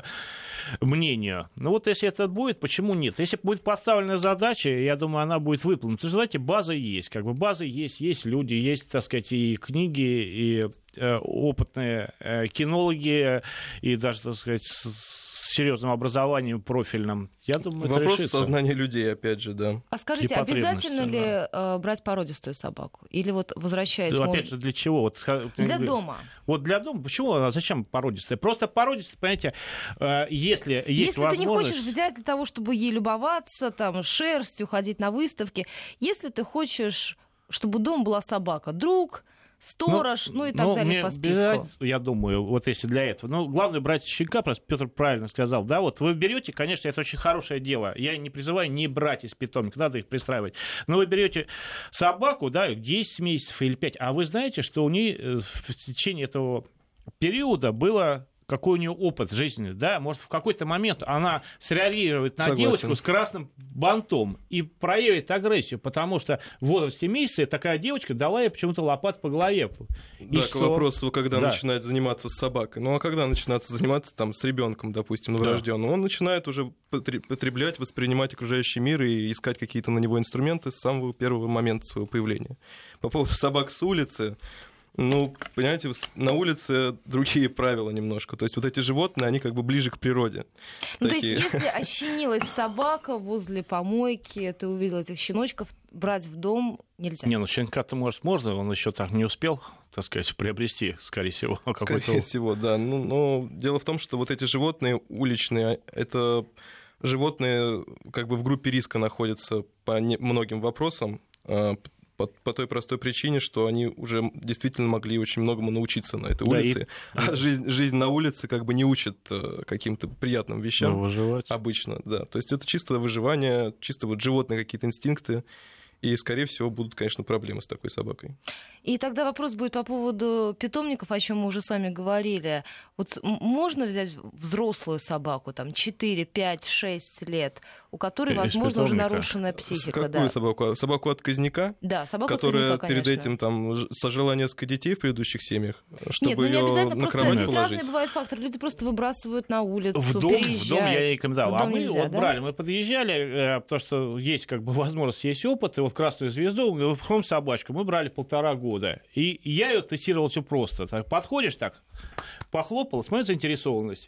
Speaker 2: мнению. Ну вот если это будет, почему нет? Если будет поставлена задача, я думаю, она будет выполнена. То есть, знаете, база есть, как бы база есть, есть люди, есть, так сказать, и книги, и э, опытные э, кинологи, и даже, так сказать, серьезным образованием профильным. Я думаю, это
Speaker 3: вопрос
Speaker 2: решится.
Speaker 3: сознания людей, опять же, да.
Speaker 1: А скажите, обязательно ли э, брать породистую собаку? Или вот возвращаясь...
Speaker 2: Да,
Speaker 1: может...
Speaker 2: Опять же, для чего? Вот,
Speaker 1: для дома.
Speaker 2: Вот для дома. Почему? А зачем породистая? Просто породистая, понимаете, э, если есть
Speaker 1: если
Speaker 2: возможность...
Speaker 1: ты не хочешь взять для того, чтобы ей любоваться, там, шерстью, ходить на выставки, если ты хочешь, чтобы дома была собака, друг, сторож, ну, ну и так
Speaker 2: ну,
Speaker 1: далее по списку.
Speaker 2: Я думаю, вот если для этого. Ну, главное брать щенка, просто Петр правильно сказал, да, вот вы берете, конечно, это очень хорошее дело. Я не призываю не брать из питомника, надо их пристраивать. Но вы берете собаку, да, десять месяцев или пять, а вы знаете, что у нее в течение этого периода было... какой у нее опыт жизненный, да, может, в какой-то момент она среагирует на Согласен. девочку с красным бантом и проявит агрессию, потому что в возрасте месяца такая девочка дала ей почему-то лопат по голове. И
Speaker 3: да,
Speaker 2: что...
Speaker 3: к вопросу, когда
Speaker 2: да.
Speaker 3: начинает заниматься с собакой. Ну, а когда начинает заниматься там с ребенком, допустим, новорожденным, да. он начинает уже потреблять, воспринимать окружающий мир и искать какие-то на него инструменты с самого первого момента своего появления. По поводу собак с улицы, ну, понимаете, на улице другие правила немножко. То есть вот эти животные, они как бы ближе к природе.
Speaker 1: Ну,
Speaker 3: Такие.
Speaker 1: то есть если ощенилась собака возле помойки, ты увидел этих щеночков, брать в дом нельзя?
Speaker 2: Не, ну щенка-то, может, можно, он еще так не успел, так сказать, приобрести, скорее всего.
Speaker 3: Скорее
Speaker 2: какой-то...
Speaker 3: всего, да. Ну, но дело в том, что вот эти животные уличные, это животные как бы в группе риска находятся по многим вопросам, По, по той простой причине, что они уже действительно могли очень многому научиться на этой улице. Да, и... А жизнь, жизнь на улице как бы не учит каким-то приятным вещам.
Speaker 2: Выживать.
Speaker 3: Обычно, да. То есть это чисто выживание, чисто вот животные какие-то инстинкты. И, скорее всего, будут, конечно, проблемы с такой собакой.
Speaker 1: И тогда вопрос будет по поводу питомников, о чем мы уже с вами говорили. Вот можно взять взрослую собаку, там, четыре, пять, шесть лет, у которой, возможно, уже нарушенная психика?
Speaker 3: Какую
Speaker 1: да.
Speaker 3: собаку? Собаку отказника?
Speaker 1: Да, собаку
Speaker 3: которая
Speaker 1: отказника,
Speaker 3: перед этим там сожила несколько детей в предыдущих семьях, чтобы
Speaker 1: Нет, ну,
Speaker 3: ее на кровать положить.
Speaker 1: Разные бывают факторы. Люди просто выбрасывают на улицу,
Speaker 2: в дом,
Speaker 1: переезжают.
Speaker 2: В дом я не рекомендовал. А мы
Speaker 1: нельзя,
Speaker 2: вот
Speaker 1: да?
Speaker 2: брали, мы подъезжали, потому что есть как бы возможность, есть опыт, и вот красную звезду, в собачку мы брали полтора года. И я ее тестировал все просто. Так, подходишь так, похлопал, смотри, заинтересованность.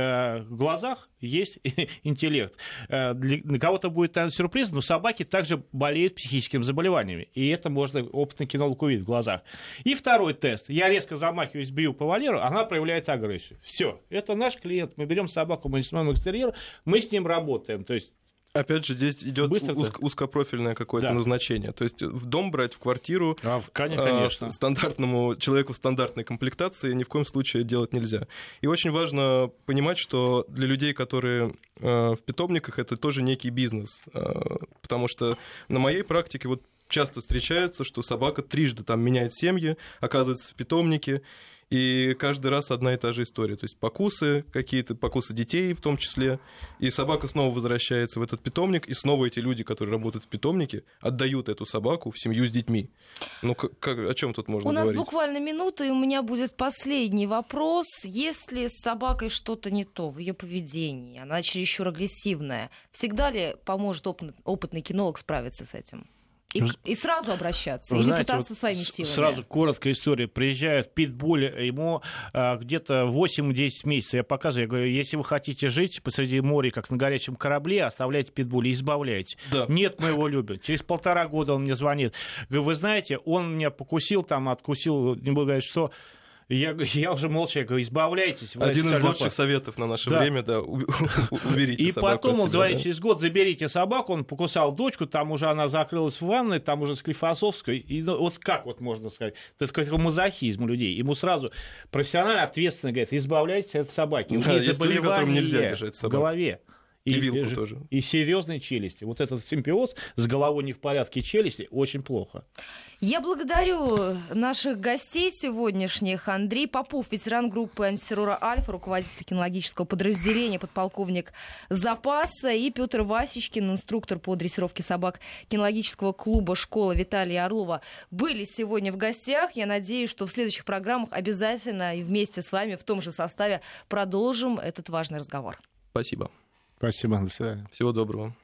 Speaker 2: В глазах есть интеллект. Для кого-то будет, наверное, сюрприз, но собаки также болеют психическими заболеваниями. И это можно опытный кинолог увидеть в глазах. И второй тест. Я резко замахиваюсь, бью по вольеру, она проявляет агрессию. Все. Это наш клиент. Мы берем собаку, мы снимаем экстерьер, мы с ним работаем. То есть
Speaker 3: опять же, здесь идет уз- узкопрофильное какое-то да. назначение. То есть в дом брать, в квартиру,
Speaker 2: а, конечно.
Speaker 3: Э, стандартному человеку в стандартной комплектации ни в коем случае делать нельзя. И очень важно понимать, что для людей, которые э, в питомниках, это тоже некий бизнес. Э, потому что на моей практике вот часто встречается, что собака трижды там меняет семьи, оказывается в питомнике. И каждый раз одна и та же история. То есть покусы какие-то, покусы детей в том числе. И собака снова возвращается в этот питомник, и снова эти люди, которые работают в питомнике, отдают эту собаку в семью с детьми. Ну, как, как, о чем тут можно говорить?
Speaker 1: У нас буквально минута, и у меня будет последний вопрос. Если с собакой что-то не то в ее поведении, она чересчур агрессивная, всегда ли поможет опыт, опытный кинолог справиться с этим? И, и сразу обращаться,
Speaker 2: Вы
Speaker 1: или
Speaker 2: знаете,
Speaker 1: пытаться
Speaker 2: вот
Speaker 1: своими силами?
Speaker 2: Сразу короткая история. Приезжает питбуль, ему а, где-то восемь-десять месяцев. Я показываю, я говорю, если вы хотите жить посреди моря, как на горячем корабле, оставляйте питбуля и избавляйте. Да. Нет, мы его любим. Через полтора года он мне звонит. Говорю, вы знаете, он меня покусил, там, откусил, не буду говорить, что... Я, я уже молча я говорю, избавляйтесь.
Speaker 3: Один из лучших опас. советов на наше да. время, да, уберите
Speaker 2: и
Speaker 3: собаку. И
Speaker 2: потом он
Speaker 3: себя,
Speaker 2: звонит
Speaker 3: да?
Speaker 2: через год, заберите собаку, он покусал дочку, там уже она закрылась в ванной, там уже Склифосовской. И ну, вот как вот можно сказать? Это какой-то мазохизм у людей. Ему сразу профессионально ответственно говорят, избавляйтесь от собаки.
Speaker 3: Да, есть люди, которым нельзя держать собаку.
Speaker 2: В голове.
Speaker 3: И, и вилку тоже.
Speaker 2: И серьезные челюсти. Вот этот симбиоз с головой не в порядке челюсти очень плохо.
Speaker 1: Я благодарю наших гостей сегодняшних. Андрей Попов, ветеран группы антитеррора «Альфа», руководитель кинологического подразделения, подполковник запаса, и Петр Васечкин, инструктор по дрессировке собак кинологического клуба «Школа» Виталия Орлова, были сегодня в гостях. Я надеюсь, что в следующих программах обязательно и вместе с вами в том же составе продолжим этот важный разговор.
Speaker 3: Спасибо.
Speaker 2: Спасибо, до свидания.
Speaker 3: Всего доброго.